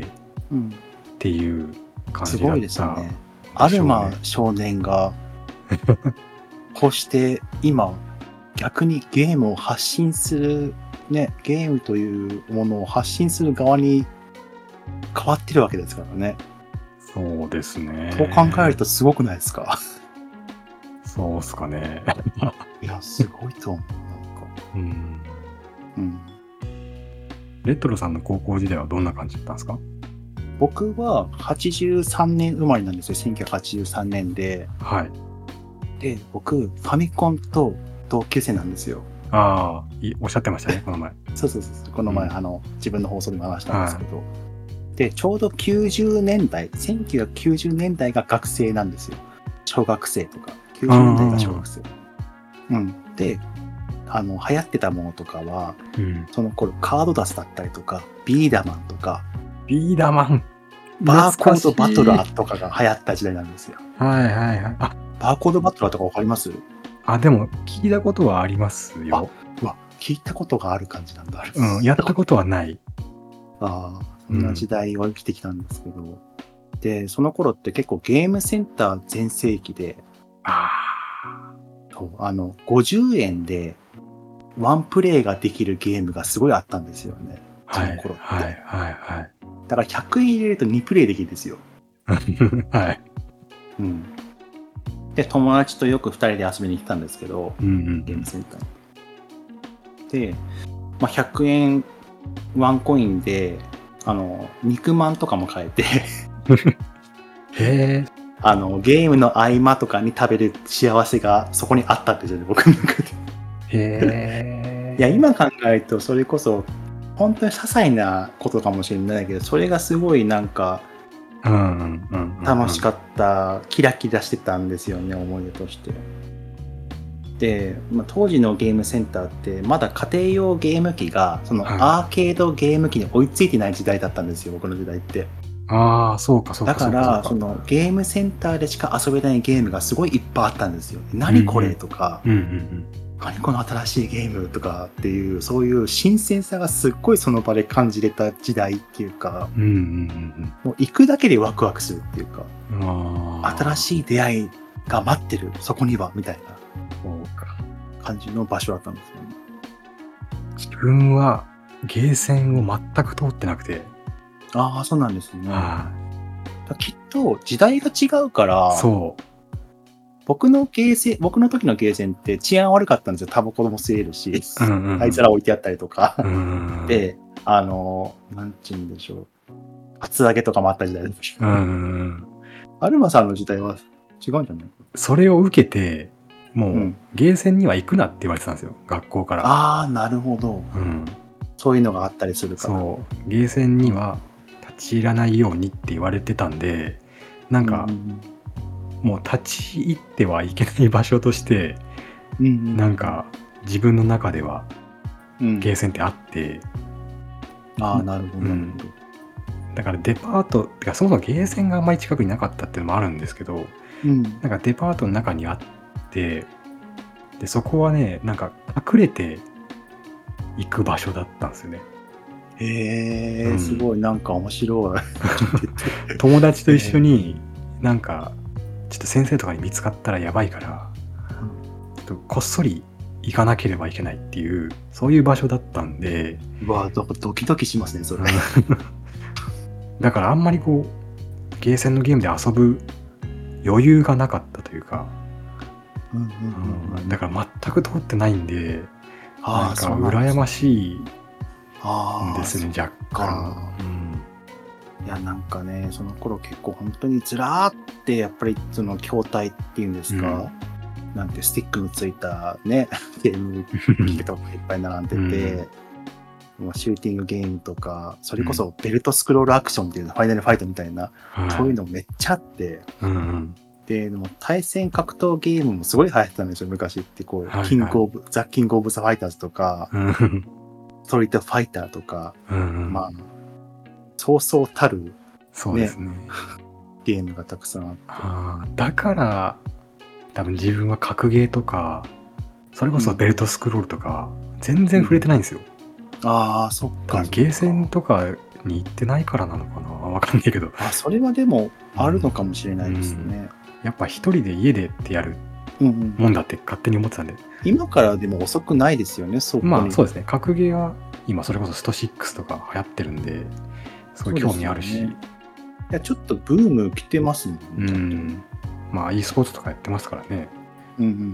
うん、っていう感じだった。すごいですよね。アルマ少年がこうして今逆にゲームを発信するね、ゲームというものを発信する側に変わってるわけですからね。 そうですね。 そう考えるとすごくないですか？ そうっすかね。 いや、すごいと思う。なんか。うん。 うん。レトロさんの高校時代はどんな感じだったんですか？ 僕ははちじゅうさんねん生まれなんですよ。せんきゅうひゃくはちじゅうさんねんで。 はい。 で、僕、ファミコンと同級生なんですよ。 ああ、おっしゃってましたね、この前。 そうそうそう。この前、うん、あの、自分の放送でも話したんですけど。はい、で、ちょうどきゅうじゅうねんだい、せんきゅうひゃくきゅうじゅうねんだいが学生なんですよ。小学生とか。きゅうじゅうねんだいが小学生。うん。で、あの、流行ってたものとかは、うん、その頃カードダスだったりとか、ビーダマンとか、 ビーダマンバーコードバトラーとかが流行った時代なんですよ。 はいはいはい。あ、 バーコードバトラーとかわかります？ あ、でも聞いたことはありますよ。 あ、わ、聞いたことがある感じなんだ。 うん、やったことはない。 ああ、そんな時代を生きてきたんですけど、うん、で、その頃って結構ゲームセンター全盛期で、ああ、そう、あの、ごじゅうえんでワンプレイができるゲームがすごいあったんですよね。その頃って。はいはいはいはい。だからひゃくえん入れるとにプレイできるんですよ。はい。うん。で、友達とよくふたりで遊びに行ったんですけど、うんうん、ゲームセンター。で、まあ、ひゃくえんワンコインで、あの、肉まんとかも買えてへー。あの、ゲームの合間とかに食べる幸せがそこにあったんですよね、僕の中で。へー。いや、今考えるとそれこそ、本当に些細なことかもしれないけど、それがすごいなんか、楽しかった、キラキラしてたんですよね、思い出として。で、まあ、当時のゲームセンターってまだ家庭用ゲーム機がそのアーケードゲーム機に追いついてない時代だったんですよ、僕の時代って。ああ、そうかそうか。だからそのゲームセンターでしか遊べないゲームがすごいいっぱいあったんですよ。何これとか、うんうんうん、何この新しいゲームとかっていう、そういう新鮮さがすっごいその場で感じれた時代っていうか、うんうんうん、もう行くだけでワクワクするっていうか、あ新しい出会いが待ってるそこにはみたいな感じの場所だったんですよね。 自分はゲーセンを全く通ってなくて、 ああ、そうなんですね。 きっと時代が違うから、 そう。 僕のゲーセン、僕の時のゲーセンって治安悪かったんですよ。タバコも吸えるし、 うんうんうん灰皿置いてあったりとか。 うんうん、 で、あの、なんちゅうんでしょう。厚揚げとかもあった時代です。 うんうんうん、 アルマさんの時代は違うんじゃない？ それを受けて、もう、うん、ゲーセンには行くなって言われてたんですよ。学校から。 ああ、なるほど。うん。そういうのがあったりするから。 そう。ゲーセンには立ち入らないようにって言われてたんで、なんか、うんもう立ち入ってはいけない場所として、うんうん、なんか自分の中ではゲーセンってあって、 うん、ああなるほど、うん、 だからデパートてかそもそもゲーセンがあんまり近くになかったっていうのもあるんですけど、うん、なんかデパートの中にあってでそこはねなんか隠れて行く場所だったんですよね。 へえ、うん、すごいなんか面白い友達と一緒になんかちょっと先生とかに見つかったらやばいから、うん、ちょっとこっそり行かなければいけないっていうそういう場所だったんで、 うわドキドキしますねそれだからあんまりこうゲーセンのゲームで遊ぶ余裕がなかったというか、うんうんうんうん、だから全く通ってないんでなんか羨ましいんですね若干。 いやなんかねその頃結構本当にずらーってやっぱりその筐体っていうんですか、うん、なんてスティックのついたねゲーム機とかいっぱい並んでて、うん、シューティングゲームとかそれこそベルトスクロールアクションっていうの、うん、ファイナルファイトみたいな、はい、そういうのめっちゃあって、うんうん、ででも対戦格闘ゲームもすごい流行ってたんですよ昔ってこう、はいはい、キングオブザ・キングオブ・ザ・ファイターズとか、うん、ストリートファイターとか、うんうん、まあそうそうたる、ね、 そうですねゲームがたくさんあってあだから多分自分は格ゲーとかそれこそベルトスクロールとか、うん、全然触れてないんですよ、 うん、ああそっかゲーセンとかに行ってないからなのかなわかんないけどあそれはでもあるのかもしれないですね、うんうん、 やっぱ一人で家でってやるもんだって勝手に思ってたんで、うんうん、 今からでも遅くないですよねそうまあそうですね格ゲーは今それこそストろくとか流行ってるんですごい興味あるし、ね、 いやちょっとブーム来てますもんね。 うん。まあ e スポーツとかやってますからね。うんうんうん。うん。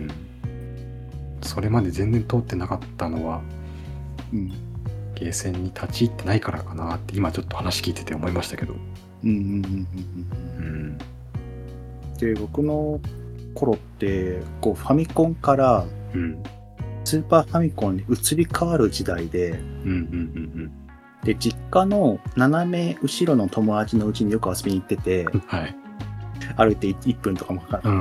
それまで全然通ってなかったのは、うん、ゲーセンに立ち入ってないからかなって今ちょっと話聞いてて思いましたけど。うんうんうんうん。うん。 で僕の頃ってこうファミコンから、うん、スーパーファミコンに移り変わる時代で。うんうんうんうん。で実家の斜め後ろの友達のうちによく遊びに行ってて、はい、歩いていっぷんとかもかかって、うん、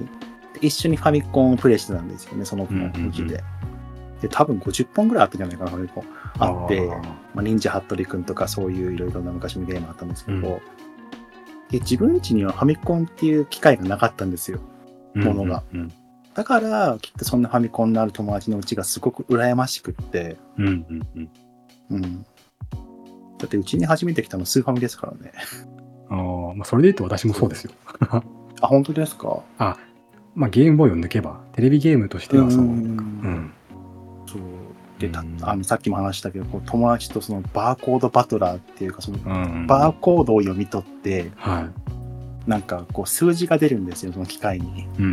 で一緒にファミコンをプレイしてたんですよねその子のうちで、うんうんうん、で多分ごじゅっぽんぐらいあったんじゃないかなファミコンあってあ、まあ、忍者ハットリくんとかそういういろいろな昔のゲームあったんですけど、うん、で自分家にはファミコンっていう機会がなかったんですよものが、うんうんうん、だからきっとそんなファミコンのある友達のうちがすごく羨ましくって、うんうんうんうんだってうちに初めて来たのスーファミですからね。 ああ、まあそれで言うと私もそうですよ。 あ、本当ですか？ あ、まあゲームボーイを抜けばテレビゲームとしてはそう。うん。うん、 そうでたあのさっきも話したけど、こう友達とそのバーコードバトラーっていうかそのバーコードを読み取って、はい、なんかこう数字が出るんですよその機械に。うんうん、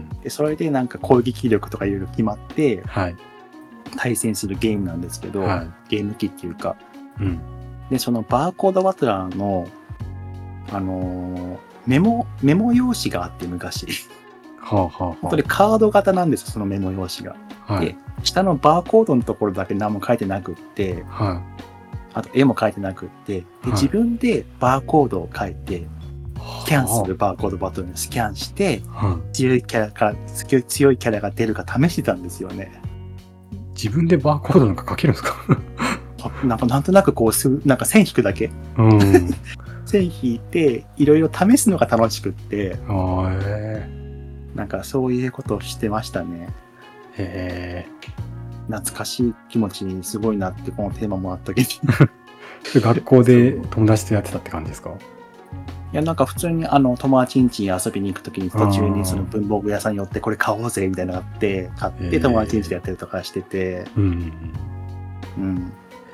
でそれでなんか攻撃力とかいろいろ決まって、はい、対戦するゲームなんですけど、はい、ゲーム機っていうか。うんで、そのバーコードバトラーの、あのー、メモ、メモ用紙があって昔。はあはあはあ、本当にカード型なんですよ、そのメモ用紙が。はい、で、下のバーコードのところだけ何も書いてなくって、はい、あと絵も書いてなくって、で、自分でバーコードを書いて、スキャンするバーコードバトルにスキャンして、はあ、強いキャラか、強いキャラが出るか試してたんですよね。 自分でバーコードなんか書けるんですかなんかなんとなくこうすなんか線引くだけ、うん、線引いていろいろ試すのが楽しくって、へなんかそういうことをしてましたね。へ懐かしい気持ちにすごいなってこのテーマもあったけど学校で友達とやってたって感じですか？ いやなんか普通にあの友達ん家に遊びに行くときに途中にその文房具屋さんに寄ってこれ買おうぜみたいなのがあって買って友達ん家でやったりとかしてて、うん、うん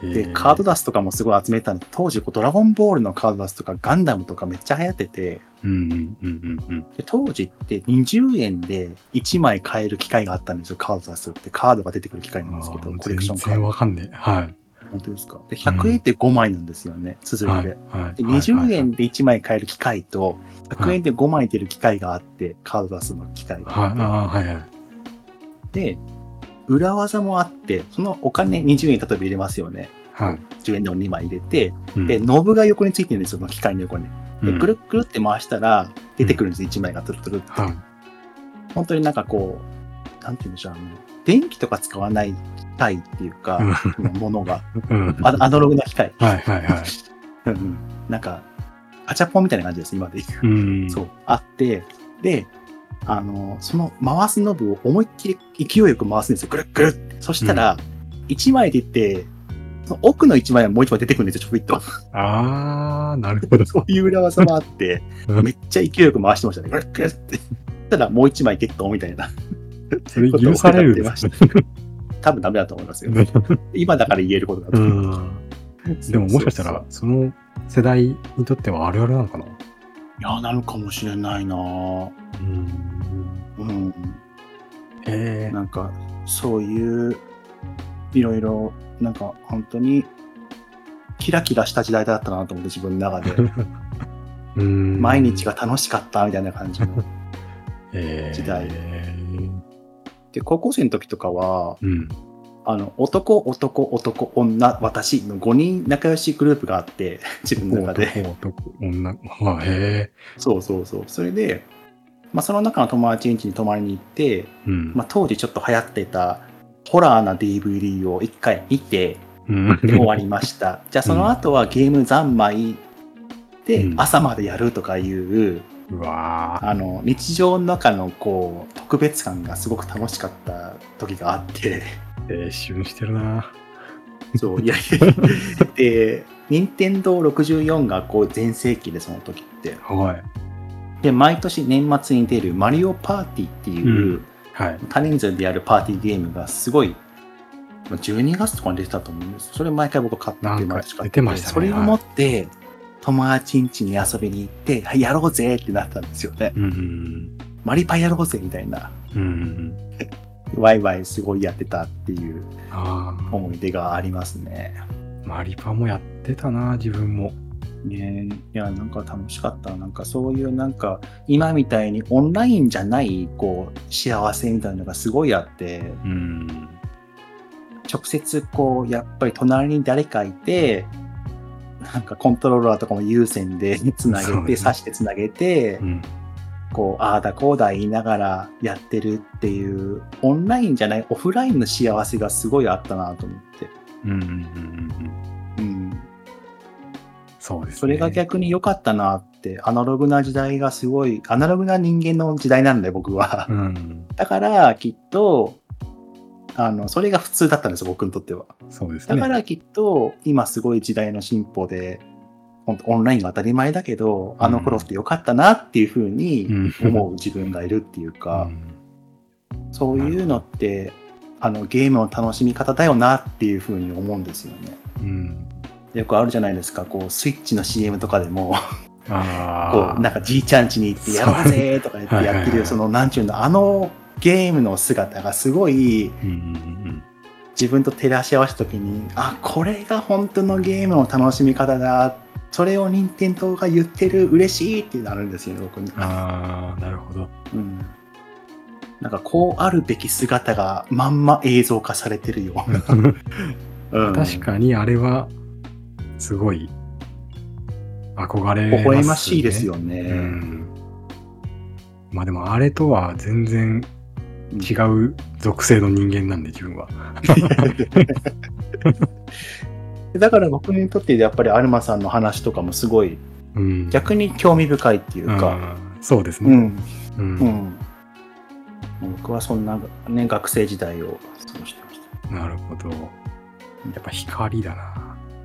で、カードダスとかもすごい集めてたんで、当時こうドラゴンボールのカードダスとかガンダムとかめっちゃ流行ってて、 うんうんうんうんうん。 で当時ってにじゅうえんでいちまい買える機会があったんですよ、カードダスって。カードが出てくる機会なんですけど、コレクションカード。 全然わかんねえ。はい。 本当ですか。で、ひゃくえんってごまいなんですよね、すずりで。 はい。 で、にじゅうえんでいちまい買える機械と、ひゃくえんでごまい出る機械があって、カードダスの機械があって。 はい。ああ、はいはい。 で、裏技もあって、そのお金にじゅうえん例えば入れますよね。 はい。 じゅうえんのにまい入れて、 うんで、ノブが横についてるんですよ、その機械の横に。で、 うんくるっくるって回したら、出てくるんです、いちまいがトゥルトゥルって。 はい。 本当になんかこう、なんて言うんでしょう、あの、電気とか使わない機械っていうか、ものが、 うん。 アアナログな機械。 はいはいはい。 うんうんなんか、ガチャポンみたいな感じです、今で言う。 うん。 そう、あって、で、あの、その回すノブを思いっきり勢いよく回すんですよ。ぐるっぐるって。そしたら、いちまい出て、その奥のいちまいはもういちまい出てくるんですよ、ちょびっと。 ああ、なるほど。 そういう裏技もあって、めっちゃ勢いよく回してましたね。ぐるっぐるって。そしたらもういちまいゲットみたいな。 それ許されるんですね。 多分ダメだと思いますよ。今だから言えることだと思います。 でももしかしたら、その世代にとってはあるあるなのかな。 いや、なのかもしれないなぁ。うん。うん。 へえ。 なんか、そういう、いろいろ、なんか、本当に、キラキラした時代だったなと思って、自分の中で。 うん毎日が楽しかったみたいな感じの時代。で、高校生の時とかは、 うん、 あの、男、男、男、女、私のごにん仲良しグループがあって、自分の中で。 男、男、女、あ、へえ。 そうそうそう。それで、まあ、その中の友達ん家に泊まりに行って、 うんまあ、当時ちょっと流行ってたホラーな ディーブイディー を一回見て、 うん、 で終わりました。じゃあその後はゲーム三昧でうん朝までやるとかいう、 うわあの日常の中のこう特別感がすごく楽しかった時があって、 青春してるな。 そういやいやで任天堂ろくじゅうよんがこう全盛期でその時って、 はい。 で毎年年末に出るマリオパーティーっていう、 うんはい、 多人数でやるパーティーゲームがすごいじゅうにがつとかに出てたと思うんです。それ毎回僕買って毎年買ってて、 それを持って友達ん家に遊びに行って、はい、やろうぜってなったんですよね。 うんうん、 マリパやろうぜみたいな、 うんうんうん、ワイワイすごいやってたっていう思い出がありますね。 マリパもやってたな、自分も。 ね、いやなんか楽しかった。なんかそういうなんか今みたいにオンラインじゃないこう幸せみたいなのがすごいあって、 うん、 直接こうやっぱり隣に誰かいて、なんかコントローラーとかも有線でつなげて、ね、挿してつなげて、うん、こうああだこうだ言いながらやってるっていうオンラインじゃないオフラインの幸せがすごいあったなと思って。 うんうんうんうん。そうですね。 それが逆に良かったなって、アナログな時代がすごい、アナログな人間の時代なんだよ、僕は。うん、だから、きっと、あの、それが普通だったんですよ、僕にとっては。 そうですね。 だからきっと、今すごい時代の進歩で、本当オンラインが当たり前だけど、あの頃って良かったなっていうふうに思う自分がいるっていうか、うん、そういうのって、あの、ゲームの楽しみ方だよなっていうふうに思うんですよね。うんよくあるじゃないですか、こうスイッチの シーエム とかでもあこうなんかじいちゃん家に行ってやろうぜとか言ってやってるそのなんちゅうのあのゲームの姿がすごい、うんうんうん、自分と照らし合わせた時にあこれが本当のゲームの楽しみ方だそれを任天堂が言ってる嬉しいってなるんですよね僕に。 ああなるほど。 うん、なんかこうあるべき姿がまんま映像化されてるような、 うん、確かにあれはすごい憧れますね。 微笑ましいですよね。うん、 まあでもあれとは全然違う属性の人間なんで自分は。 だから僕にとってやっぱりアルマさんの話とかもすごい、うん、逆に興味深いっていうか。 そうですね。うんうんうん、僕はそんな、ね、学生時代を過ごしてました。 なるほど。やっぱ光だな。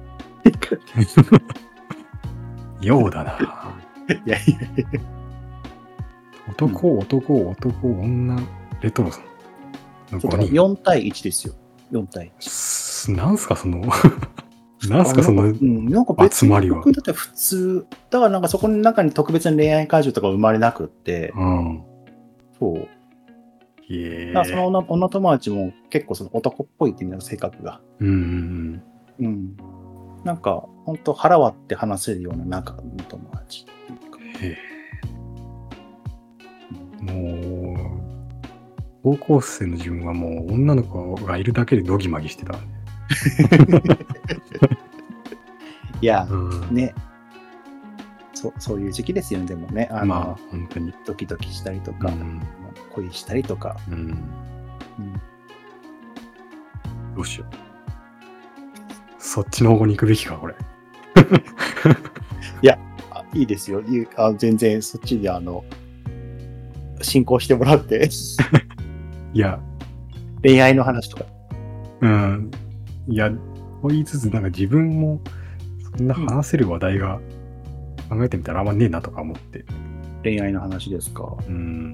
ようだな。いやいやいや。男、男、男、女、レトロさん。 よん対いちですよ。よん対いち。 なんすか、その。 なんすかそのうん、なんか別に集まりは。 僕だって普通、だからなんかそこの中に特別な恋愛感情とか生まれなくって、 うん。 そう。 へだからそのえ。 女女友達も結構その男っぽいっていうの性格が。 うんうんうん。なんか、ほんと腹割って話せるような仲の友達っていうか。 うん。へえ。もう、高校生の自分はもう女の子がいるだけでドギマギしてた。 いや、 うん。 ね。そそういう時期ですよね、でもね。あの、 まあ、本当に。 ドキドキしたりとか、 うん。 恋したりとか。 うん。 うん、 どうしよう。そっちの方向に行くべきか、これ。 いや、あいいですよ。いいあ全然そっちであの、進行してもらって。 いや、 恋愛の話とか。 うん。いや、と言いつつ、なんか自分もそんな話せる話題が考えてみたらあんまねえなとか思って。 恋愛の話ですか。 うん。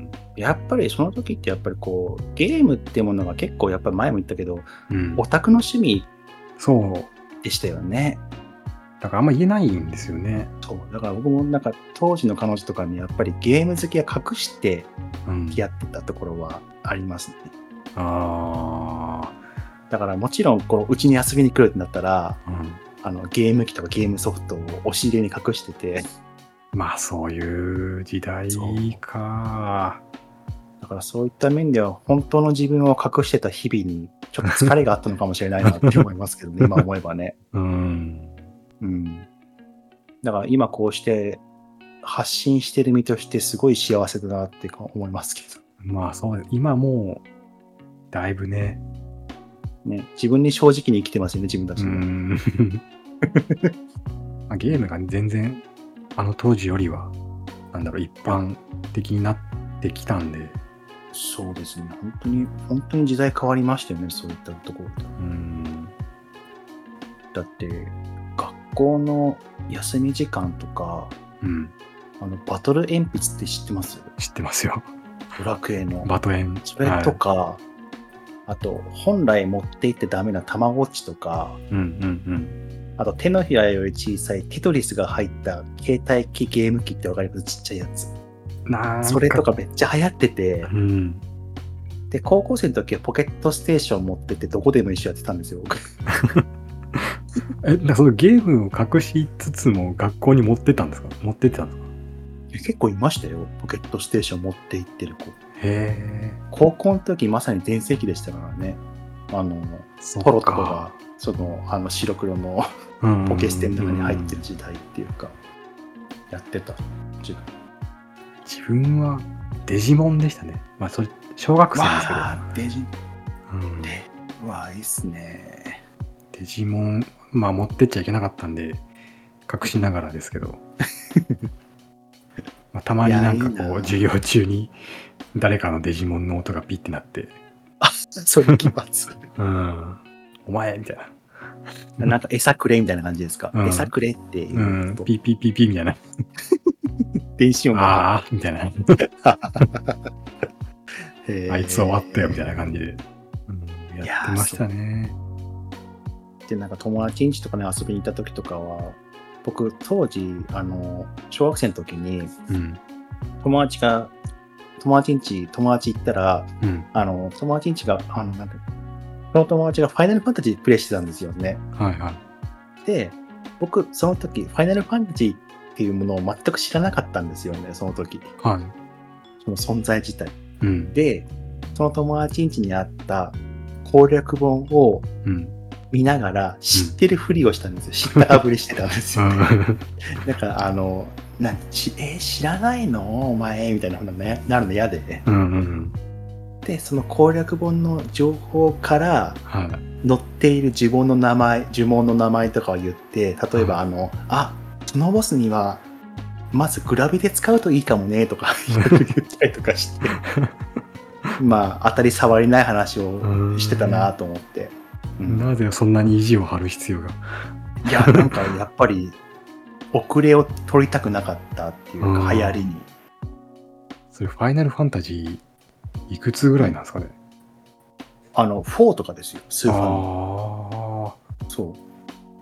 やっぱりその時ってやっぱりこう、ゲームってものが結構やっぱり前も言ったけど、 うん。 オタクの趣味そう。 でしたよね。 だからあんま言えないんですよね。 そう。だから僕もなんか当時の彼女とかにやっぱりゲーム好きは隠してうん。 付き合ってたところはありますね。 あだからもちろんこう、うちに遊びに来るってなったら、 あ。うん。 あのゲーム機とかゲームソフトを押し入れに隠してて、 まあそういう時代か。 だからそういった面では本当の自分を隠してた日々にちょっと疲れがあったのかもしれないなって思いますけどね、今思えばね。 うん。 うん。だから今こうして発信してる身としてすごい幸せだなって思いますけまあそう、今もう、だいぶね。 ど。ね、自分に正直に生きてますよね、自分たうちも。 ん。まあゲームが全然、あの当時よりは、なんだろう、一般的になってきたんで。 そうですね。本当に、本当に時代変わりましたよね、そういったところって。 うん。 だって、学校の休み時間とか、 うん。 あの、バトル鉛筆って知ってます？ 知ってますよ。 ドラクエの。 バトエン。 それとか、はい、あと、本来持っていってダメなたまごっちとか、 うんうんうん。 あと手のひらより小さいテトリスが入った携帯機ゲーム機ってわかります？ちっちゃいやつ。 なんかそれとかめっちゃ流行ってて、 うん、 で、高校生の時はポケットステーション持っててどこでも一緒やってたんですよ、僕。 え、だそのゲームを隠しつつも学校に持ってったんですか？持ってってたんですか？ 結構いましたよ、ポケットステーション持って行ってる子。 へー。 高校の時まさに全盛期でしたからね。あの、トロとかが、その、あの白黒のポケステの中に入ってる時代っていうか、やってた時代。 自分はデジモンでしたね。まあ、それ、小学生ですけど。 わあ、デジ、 うん、 で、うわあ、いいっすね。 デジモン、まあ持ってっちゃいけなかったんで、隠しながらですけど。まあ、たまになんかこう、 いやいいな授業中に誰かのデジモンの音がピッてなって、 あ、そういう奇抜。 うん、お前みたいな。 なんか餌くれみたいな感じですか、 うん、 餌くれっていう、 うん、ピーピーピーピーみたいな。 電子音が。 ああみたいな。 へーあいつ終わったよみたいな感じで、うん、やってましたね。 で、なんか友達ん家とかね遊びに行った時とかは、僕当時あの小学生の時に、うん、友達が友達ん家友達行ったら、うん、あの友達ん家があのなんかその友達がファイナルファンタジープレイしてたんですよね。 はいはい。 で、僕その時ファイナルファンタジーっていうものを全く知らなかったんですよね、その時。 はい。 その存在自体。 うん、で、 その友達ん家にあった攻略本を見ながら知ってるふりをしたんですよ。うん、知ったかぶりしてたんですよ、ね。だからあのなんちえー、知らないのお前みたいなふうになるの嫌で、ね。うんうん、で、その攻略本の情報から載っている呪文の名前、呪文の名前とかを言って、例えばあの、あ、そのボスにはまずグラビで使うといいかもねとか言ったりとかしてまあ当たり障りない話をしてたなと思って、 うん、なぜそんなに意地を張る必要が。 いや、なんかやっぱり遅れを取りたくなかったっていうか、流行りに。 それファイナルファンタジーいくつぐらいなんですかね。 あのフォーとかですよ、スーファミ。そう。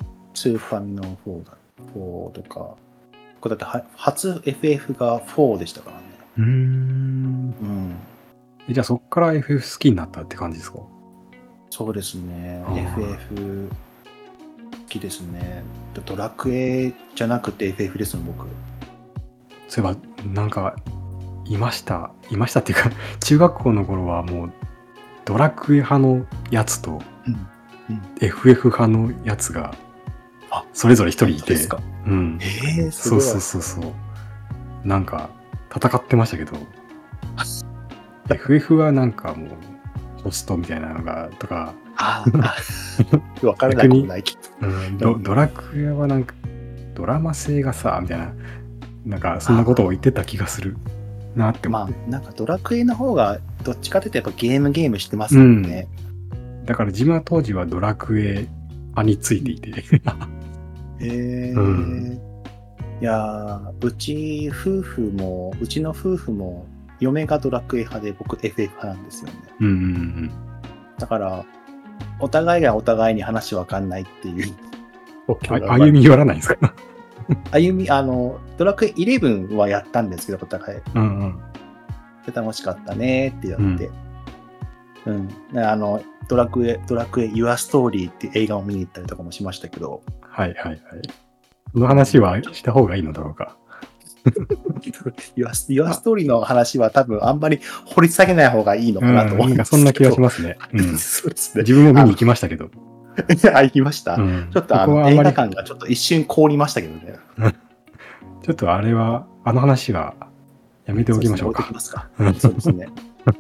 スーファミのフォーだ。フォーとか。これだっては初 エフエフ がフォーでしたからね。 うーん。 うん。 えじゃあそっから エフエフ 好きになったって感じですか？ そうですね。 あーエフエフ 好きですね。ドラクエじゃなくて エフエフ ですもん、僕。 そういえば、なんか、いました。いましたっていうか、中学校の頃はもう、ドラクエ派のやつと、 うんうん、 エフエフ 派のやつが、 あそれぞれ一人いて、 ですか。 うん。 えー、すごい。 そうそうそうそう。なんか、戦ってましたけど、エフエフ はなんかもう、ホストみたいなのが、とか、 ああ、わからなくもないけど。 うんド、ドラクエはなんか、ドラマ性がさ、みたいな、なんか、そんなことを言ってた気がするなって思まって。 あ、なんかドラクエの方が、どっちかというとやっぱゲームゲームしてますもんね。 だから自分は当時はドラクエ派についていて。 へえ、 うんいやー、うち夫婦も、うちの夫婦も、嫁がドラクエ派で僕 エフエフ 派なんですよね。 うんうんうん。 だから、お互いがお互いに話わかんないっていう。 あ歩み寄らないんですか？ 歩み、あの、ドラクエイレブンはやったんですけど、お互い。 うんうん。 で楽しかったねってやって。うん。うん、あの、ドラクエ、ドラクエ Your Story っていう映画を見に行ったりとかもしましたけど。 はいはいはい。その話はした方がいいのだろうか。 Your, Your Story の話は多分あんまり掘り下げない方がいいのかなと思うんですけど、うん、なんかそんな気がしますね。うん、 そうですね。 自分も見に行きましたけど。 あ、行きました。うん、ちょっとあの映画館がちょっと一瞬凍りましたけどね。 ちょっとあれは、あの話はやめておきましょうか。 そうですね。置いときますか。そうですね。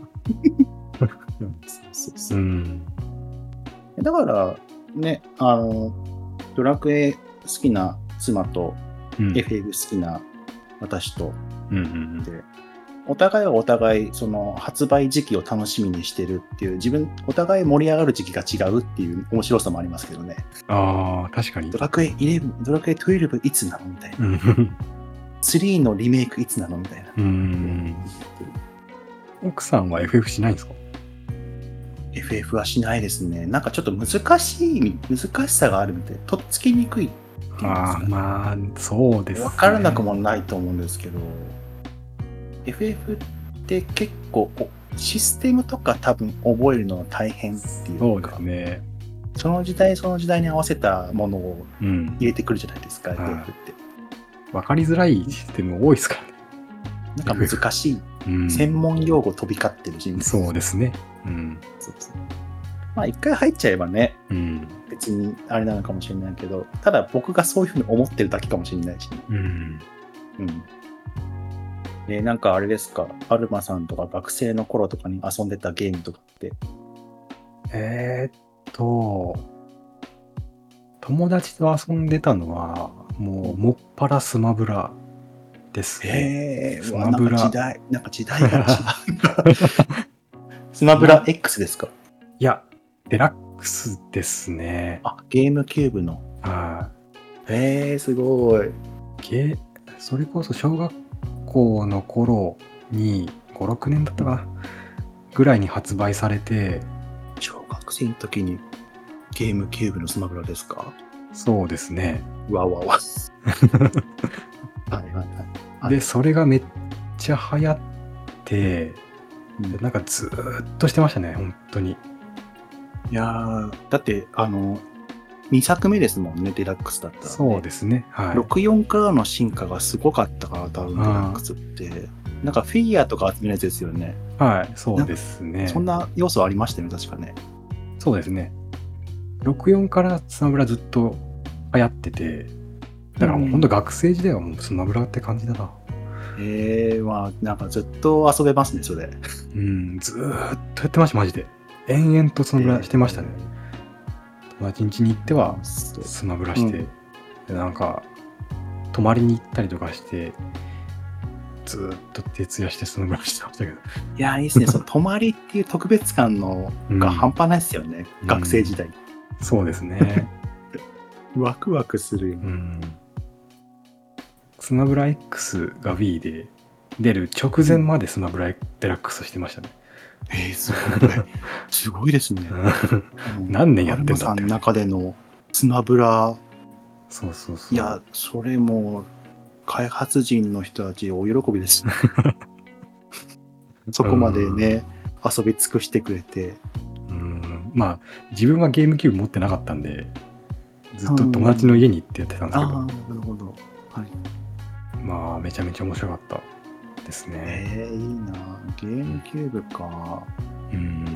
そうそう、うん、だからね、あのドラクエ好きな妻と、うん、エフエフ 好きな私と、うんうんうん、でお互いはお互いその発売時期を楽しみにしてるっていう自分お互い盛り上がる時期が違うっていう面白さもありますけどね。 ああ確かに。 ドラクエじゅういち、ドラクエじゅうにいつなのみたいな。スリーのリメイクいつなのみたいな。うん、 奥さんは エフエフ しないんですか？ エフエフ はしないですね。なんかちょっと難しい難しさがあるみたい。とっつきにくいっていうんですか、ね。 ああまあそうですね。 分からなくもないと思うんですけど、エフエフ って結構システムとか多分覚えるの大変っていうか。 そうですね。 その時代その時代に合わせたものを入れてくるじゃないですか、うん、エフエフ って。 分かりづらいシステム多いですからね。 なんか難しい。うん、専門用語飛び交ってる人物。 そうですね。うん。 そうですね。まあ一回入っちゃえばね、うん、別にあれなのかもしれないけど、ただ僕がそういうふうに思ってるだけかもしれないし、ね。うん。うん。えー、なんかあれですか、アルマさんとか学生の頃とかに遊んでたゲームとかって。 えー、っと、友達と遊んでたのは、もうもっぱらスマブラですね。 えー、スマブラ。なんか時代、なんか時代が違う。スマブラ X ですか？ いや、デラックスですね。 あ、ゲームキューブの。 はい。 へえー、すごい。 ゲそれこそ小学校の頃にご、ろくねんだったかなぐらいに発売されて。 小学生の時にゲームキューブのスマブラですか？ そうですね。 わわわ。はいはいはい。 で、それがめっちゃ流行って、うん、なんかずーっとしてましたね、本当に。 いやー、だって、あの、にさくめですもんね、デラックスだったら、ね。 そうですね。はい。 ろくじゅうよんからの進化がすごかったから、多分デラックスって。なんかフィギュアとか集めるやつですよね。 はい、そうですね。 そんな要素ありましたよね、確かね。 そうですね。ろくじゅうよんからスマブラずっと流行ってて、だからもう本当学生時代はもうスマブラって感じだな。 へえー、まあなんかずっと遊べますね、それ。 うん、ずーっとやってました、マジで。延々とスマブラしてましたね。えー、友達ん家に行ってはスマブラして、うん、でなんか泊まりに行ったりとかして、ずーっと徹夜してスマブラしてましたけど。 いやー、いいですね。その泊まりっていう特別感のが半端ないですよね、うん、学生時代。 うん、そうですね。 ワクワクするよ、ね。うんスマブラ X が Wii で出る直前までスマブラデラックスしてましたね。 えー、すごい。すごいですね。 何年やってんだって。 アルマさんの中でのスマブラそうそうそう。 いや、それも、開発陣の人たち大喜びです。そこまでね、遊び尽くしてくれて。 うん、まあ、自分はゲームキューブ持ってなかったんで、ずっと友達の家に行ってやってたんですけど、 ああ、なるほど。はい。 まあ、めちゃめちゃ面白かったですね。 ええー、いいな。ゲームキューブか。 うん。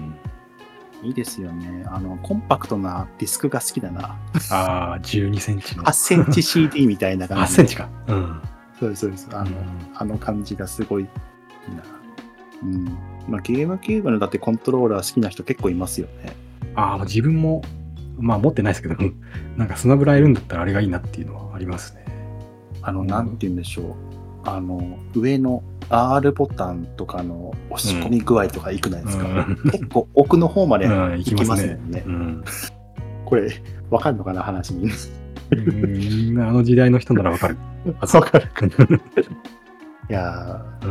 いいですよね。あの、コンパクトなディスクが好きだな。 ああ、じゅうにセンチの。 はちセンチ シーディー みたいな感じ。 はちセンチか。うん。 そうです、そうです。あの、 うん、 あの感じがすごいいいな。うん。まあ、ゲームキューブのだってコントローラー好きな人結構いますよね。 ああ、自分も、まあ持ってないですけど、なんかスマブラいるんだったらあれがいいなっていうのはありますね。 あの、なんて言うんでしょう。あの、上の アール ボタンとかの押し込み具合とかいくないですか、うん、結構奥の方まで行きますよね。うん、うん、これ、わかるのかな話に。 うんあの時代の人ならわかる。 わかる。いやー、うん、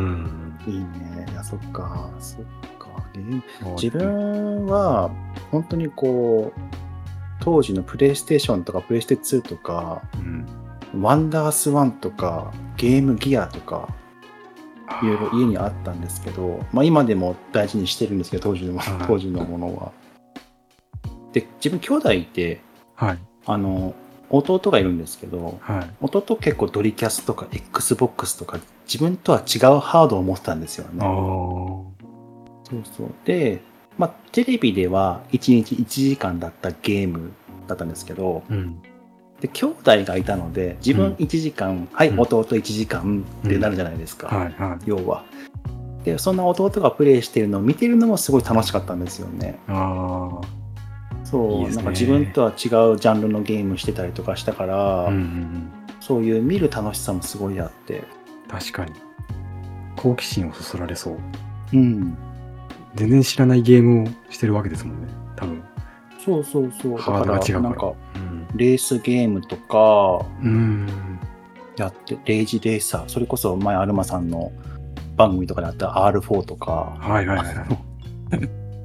いいね。いや、そっか、そっか。自分は、本当にこう、当時のプレイステーションとかプレイステツーとか、うん、ワンダースワンとか、ゲームギアとか、いろいろ家にあったんですけど、まあ今でも大事にしてるんですけど、当時の、当時のものは。で、自分兄弟いて、はい、あの、弟がいるんですけど、はい、弟結構ドリキャスとか Xbox とか自分とは違うハードを持ってたんですよね。そうそう。で、まあテレビではいちにちいちじかんだったゲームだったんですけど、うん、で兄弟がいたので自分いちじかん、うん、はい、うん、弟いちじかんってなるじゃないですか、うんはいはい、要は。で、そんな弟がプレイしてるのを見てるのもすごい楽しかったんですよね。あそういいですね、なんか自分とは違うジャンルのゲームしてたりとかしたから、うんうんうん、そういう見る楽しさもすごいあって。 確かに好奇心をそそられそう。うん。全然知らないゲームをしてるわけですもんね、多分。 そうそうそう。 ハードが違うから。 なんか、うん、レースゲームとか、うん、やって、レイジレーサー、それこそ前アルマさんの番組とかであった アールフォー とか、はいはいはい、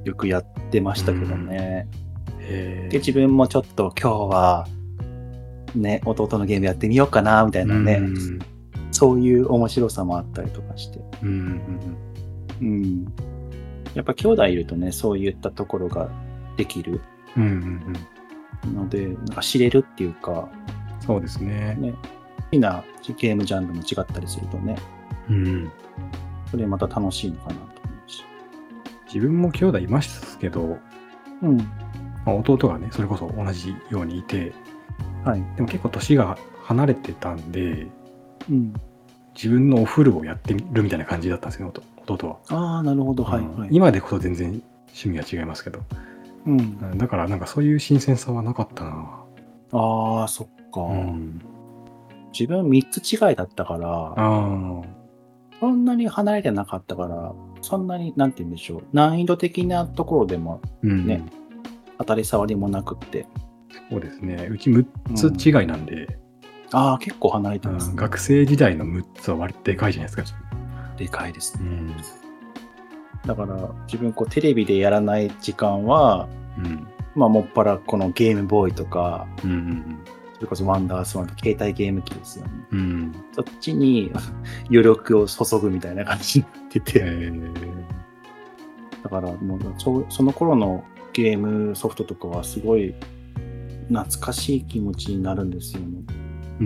よくやってましたけどね。で、自分もちょっと今日は、ね、弟のゲームやってみようかな、みたいなね、うん、そういう面白さもあったりとかして。うんうんうん、やっぱ兄弟いるとね、そういったところができる。うんうんうん、ので、なんか知れるっていうか、 そうですね。 ね、好きなゲームジャンルも違ったりするとね、うん、それまた楽しいのかなと思うし。 自分も兄弟いましたけど、うんまあ、弟がね、それこそ同じようにいて、はい、でも結構年が離れてたんで、うん、自分のお風呂をやってるみたいな感じだったんですよ、弟は。 ああ、なるほど、はい、はい。 今でこそ全然趣味が違いますけど、うん、だからなんかそういう新鮮さはなかったな。 ああ、そっか、うん。自分みっつ違いだったから、あそんなに離れてなかったから、そんなに、なんて言うんでしょう、難易度的なところでもね、うん、当たり障りもなくって。 そうですね。うちむっつ違いなんで。うん、 ああ、結構離れてますね。 学生時代のむっつは割とでかいじゃないですか。 でかいですね。うん、だから自分こうテレビでやらない時間は、うん、まあもっぱらこのゲームボーイとか、うんうんうん、それこそワンダースワンと携帯ゲーム機ですよね。うん、そっちに余力を注ぐみたいな感じになってて。だからもう そ, その頃のゲームソフトとかはすごい懐かしい気持ちになるんですよね。 うん、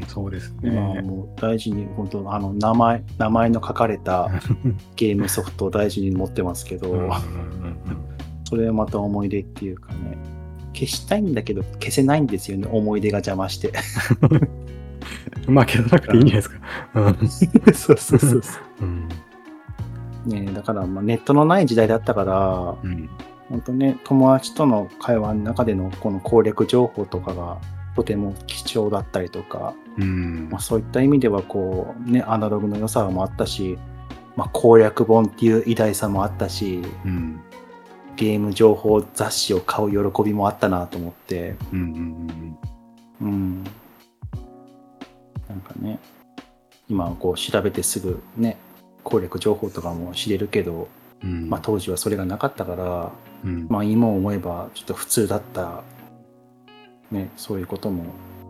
そうですね。 今はもう大事に本当あの名前名前の書かれたゲームソフトを大事に持ってますけど、うんうんうんうん、それはまた思い出っていうかね、消したいんだけど消せないんですよね、思い出が邪魔して。 まあ消さなくていいんじゃないですか。 そうそうそうそう。うんね、だからまあネットのない時代だったから、うん、本当ね、友達との会話の中でのこの攻略情報とかがとても貴重だったりとか、うんまあ、そういった意味ではこうね、アナログの良さもあったし、まあ、攻略本っていう偉大さもあったし、うん、ゲーム情報雑誌を買う喜びもあったなと思って、うんうんうんうん、なんかね、今こう調べてすぐね、攻略情報とかも知れるけど、うんまあ、当時はそれがなかったから、うんまあ、今思えばちょっと普通だった、ね、そういうことも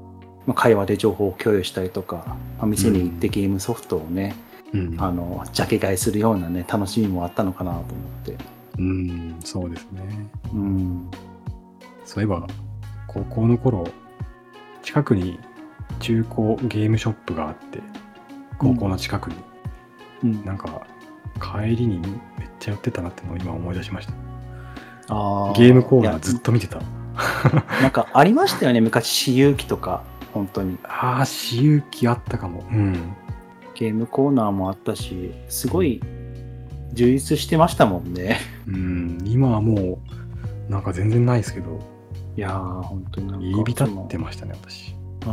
まあ、会話で情報を共有したりとか、まあ、店に行ってゲームソフトをね、 うん。 あのジャケ買いするようなね楽しみもあったのかなと思って。 うん、そうですね。 うん。 そういえば、高校の頃、近くに中古ゲームショップがあって、高校の近くに、 うん、 なんか帰りにめっちゃ寄ってたなってのを今思い出しました。 あゲームコーナーずっと見てた。 なんかありましたよね、昔、私有機とか、本当に。 ああ、私有機あったかも。うん。 ゲームコーナーもあったし、すごい充実してましたもんね。 うん、今はもう、なんか全然ないですけど、 いやー、本当になんか。 入り浸ってましたね、私。 うん。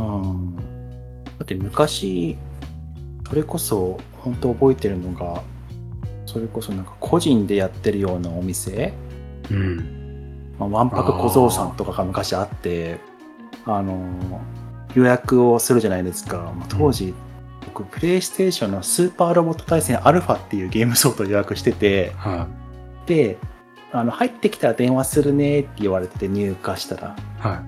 だって昔、それこそ、本当覚えてるのが、それこそなんか個人でやってるようなお店、 うん。 まあ、わんぱく小僧さんとかが昔あって、あの予約をするじゃないですか。まあ、当時、うん、僕プレイステーションのスーパーロボット対戦アルファっていうゲームソフトを予約してて、 はい、であの入ってきたら電話するねって言われて入荷したら、 はい、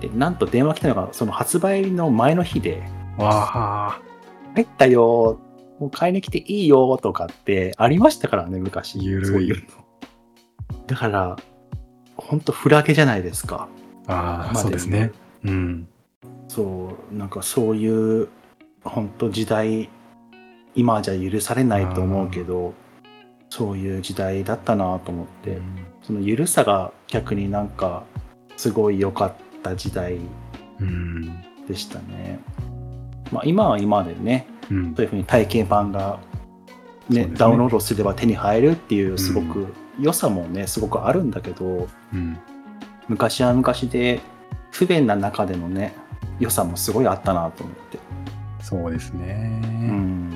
でなんと電話来たのがその発売の前の日で、 わ入ったよ、もう買いに来ていいよとかってありましたからね、昔。 ゆるい。 そういうのだから本当フラゲじゃないですか。 ああ、そうですね。うん。 そうなんかそういう本当時代、今じゃ許されないと思うけど、そういう時代だったなと思って、うん、その緩さが逆になんかすごい良かった時代でしたね。うん、まあ今は今でね、うん、そういうふうに体験版がね、ねダウンロードすれば手に入るっていうすごく良さもねすごくあるんだけど、うん、昔は昔で不便な中でのね良さもすごいあったなと思って。 そうですね、うん、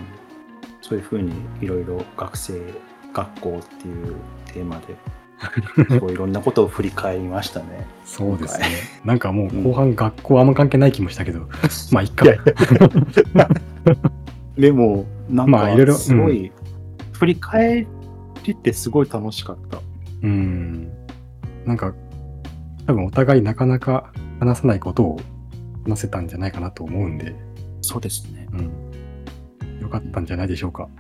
そういうふうにいろいろ学生学校っていうテーマですごいいろんなことを振り返りましたね。 そうですね。なんかもう後半学校あんま関係ない気もしたけど、うん、まあいっか。 でもなんかすごい振り返りってすごい楽しかった。 うん。なんか多分お互いなかなか話さないことを話せたんじゃないかなと思うんで。 そうですね。 うん。よかったんじゃないでしょうか。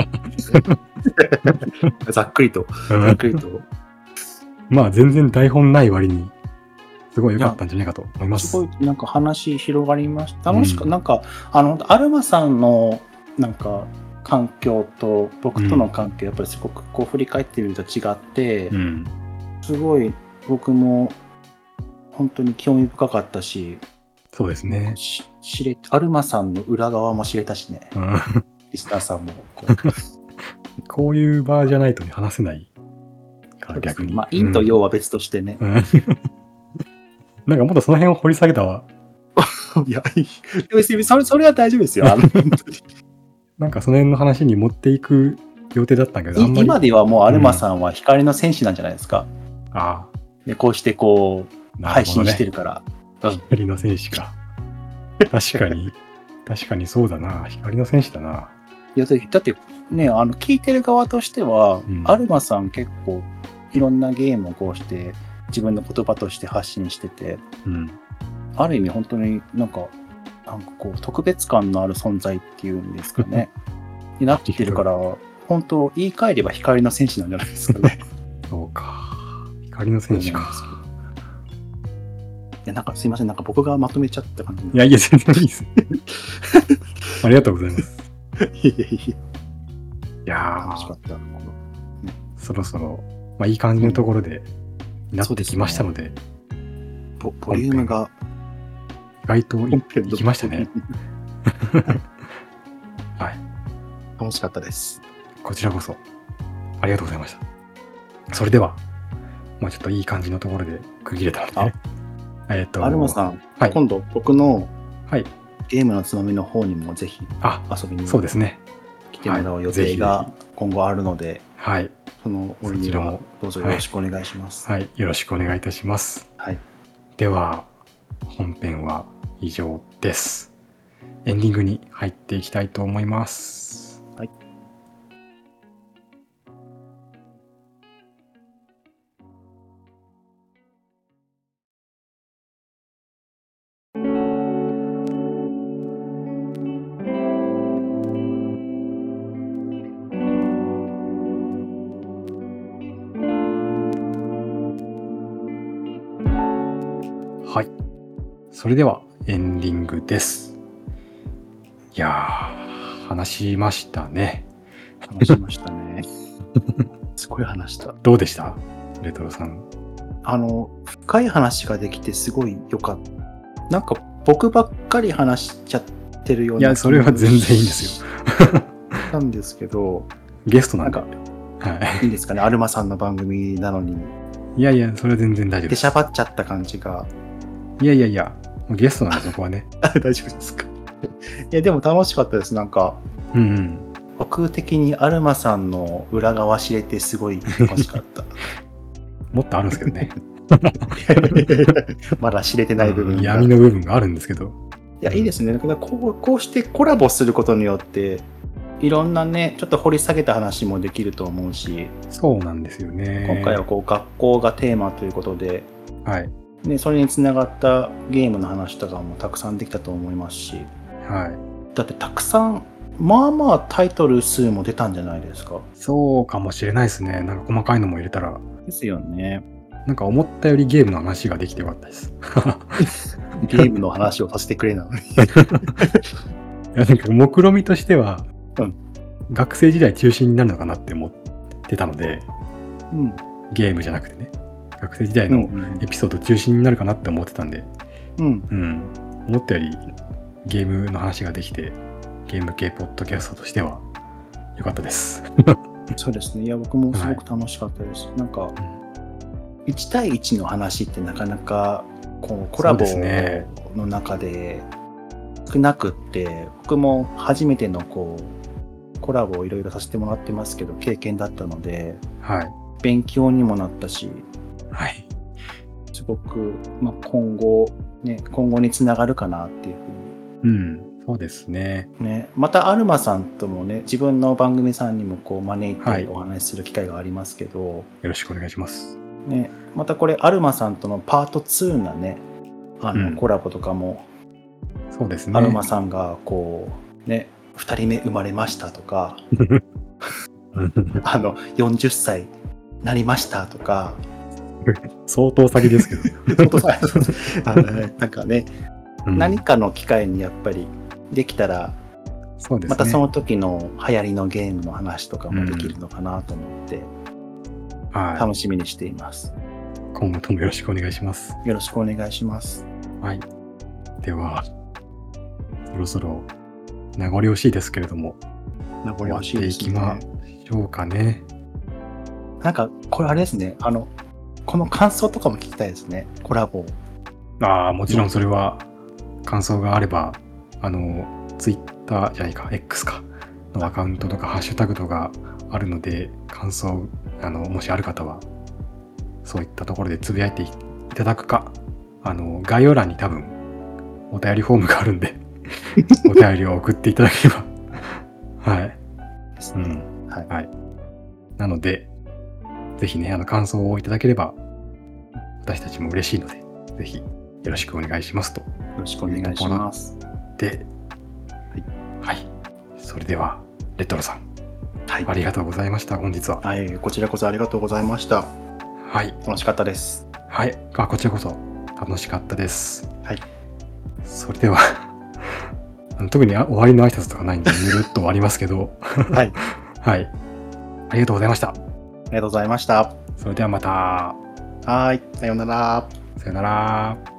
ざっくりと。ざっくりと。 まあ全然台本ない割にすごい良かったんじゃないかと思います。 すごいなんか話広がりました。楽しか、うん、なんかあのアルマさんのなんか環境と僕との関係、うん、やっぱりすごくこう振り返ってみると違って、うん、すごい僕も本当に興味深かったし。 そうですね。 知れアルマさんの裏側も知れたしね。うん、リスナーさんもこう。 こういう場じゃないと、ね、話せないから逆に。 まあ陰と陽は別としてね。うん、 なんかもっとその辺を掘り下げたわ。 いや別にそれそれは大丈夫ですよ。あのなんかその辺の話に持っていく予定だったけど、あんまり今ではもうアルマさんは光の戦士なんじゃないですか。 うん、ああ。 でこうしてこう、ね、配信してるから。 光の戦士か。確かに、確かにそうだな。光の戦士だな。 いや、だってね、あの聞いてる側としては、うん、アルマさん結構いろんなゲームをこうして自分の言葉として発信してて、うん、ある意味本当になんか、なんかこう特別感のある存在っていうんですかね。になってるから、本当言い換えれば光の戦士なんじゃないですかね。 そうか。光の戦士か。 いやなんかすいません、なんか僕がまとめちゃった感じ。 いやいや、全然いいです。ありがとうございます。 いやいやいや。いやー、 楽しかった。ね、 そろそろ、まあ、いい感じのところでなってきましたので、 ね、ボ, ボリュームが意外と い, いきましたね。はい。 楽しかったです。 こちらこそありがとうございました。それでは、まあ、ちょっといい感じのところで区切れたので、ね。えっと、 アルマさん、はい、今度僕のゲームのつまみの方にもぜひ遊びにそうですね。 来てもらう予定が今後あるので、 はい、 その折にはどうぞよろしくお願いします。 はい、はい、よろしくお願いいたします。 はい、 では本編は以上です。エンディングに入っていきたいと思います。 はい。 はい。それではエンディングです。いやー、話しましたね。 話しましたね。すごい話した。 どうでしたレトロさん。 あの、深い話ができてすごい良かった。なんか僕ばっかり話しちゃってるような。 いや、それは全然いいんですよ。 なんですけど、 ゲストなんで。 なんか、はい、いいんですかね、アルマさんの番組なのに。 いやいや、それは全然大丈夫です。 でしゃばっちゃった感じが。 いやいやいや、もうゲストなんでそこはね。 大丈夫ですか。いや、でも楽しかったです。なんか、 うんうん、 僕的にアルマさんの裏側知れてすごい楽しかった。 もっとあるんですけどね。 まだ知れてない部分が、 うん、闇の部分があるんですけど。 いや、いいですね。こう、こうしてコラボすることによって、いろんなね、ちょっと掘り下げた話もできると思うし。 そうなんですよね。 今回はこう学校がテーマということで、 はい。 ね、それにつながったゲームの話とかもたくさんできたと思いますし。 はい。 だってたくさん、まあまあタイトル数も出たんじゃないですか。 そうかもしれないですね。なんか細かいのも入れたら。 ですよね。 なんか思ったよりゲームの話ができてよかったです。 ゲームの話をさせてくれなのに。いや、なんか目論みとしては、 うん、 学生時代中心になるのかなって思ってたので、 うん、 ゲームじゃなくてね、学生時代のエピソード中心になるかなって思ってたんで、 うん、 うん、思ったよりゲームの話ができて、ゲーム系ポッドキャストとしては良かったです。 そうですね。いや、僕もすごく楽しかったです。はい、なんか、うん、いち対いちの話ってなかなかこうコラボの中で少なくって、僕も初めてのこうコラボをいろいろさせてもらってますけど、経験だったので、 はい、 勉強にもなったし、 はい、 すごく、まあ、今後ね、今後につながるかなっていうふうに。 うん、そうですね。 ね、またアルマさんともね、自分の番組さんにもこう招いてお話しする機会がありますけど、はい、よろしくお願いします。 ね、またこれアルマさんとのパートツーなね、あの、うん、コラボとかも、 そうですね。 アルマさんがこうね、ふたりめ生まれましたとか、あのよんじゅっさいなりましたとか、 相当先ですけど、 あのね、なんかね、うん、何かの機会にやっぱりできたら、 そうですね、 またその時の流行りのゲームの話とかもできるのかなと思って、うん、楽しみにしています。 今後ともよろしくお願いします。 よろしくお願いします。 はい。では、そろそろ名残惜しいですけれども、 名残惜しいですね。 終わっていきましょうかね。 なんかこれあれですね。あのこの感想とかも聞きたいですね。コラボ。 ああ、もちろんそれは感想があれば、あのツイッターじゃないか X かのアカウントとかハッシュタグとかあるので、感想あのもしある方はそういったところでつぶやいていただくか、あの概要欄に多分お便りフォームがあるんでお便りを送っていただければはい、 ですね、うん、はい、 はい、なのでぜひね、あの感想をいただければ私たちも嬉しいので、ぜひよろしくお願いしますと。よろしくお願いします。 で、はい、はい、それではレトロさん、 はい、 ありがとうございました。本日は、 はい、こちらこそありがとうございました。 はい、 楽しかったです。 はい、あ、こちらこそ楽しかったです。 はい、 それでは特に終わりの挨拶とかないんでぬるっと終わりますけどはい、 はい、ありがとうございました。 ありがとうございました。 それではまた。 はい、さようなら。 さようなら。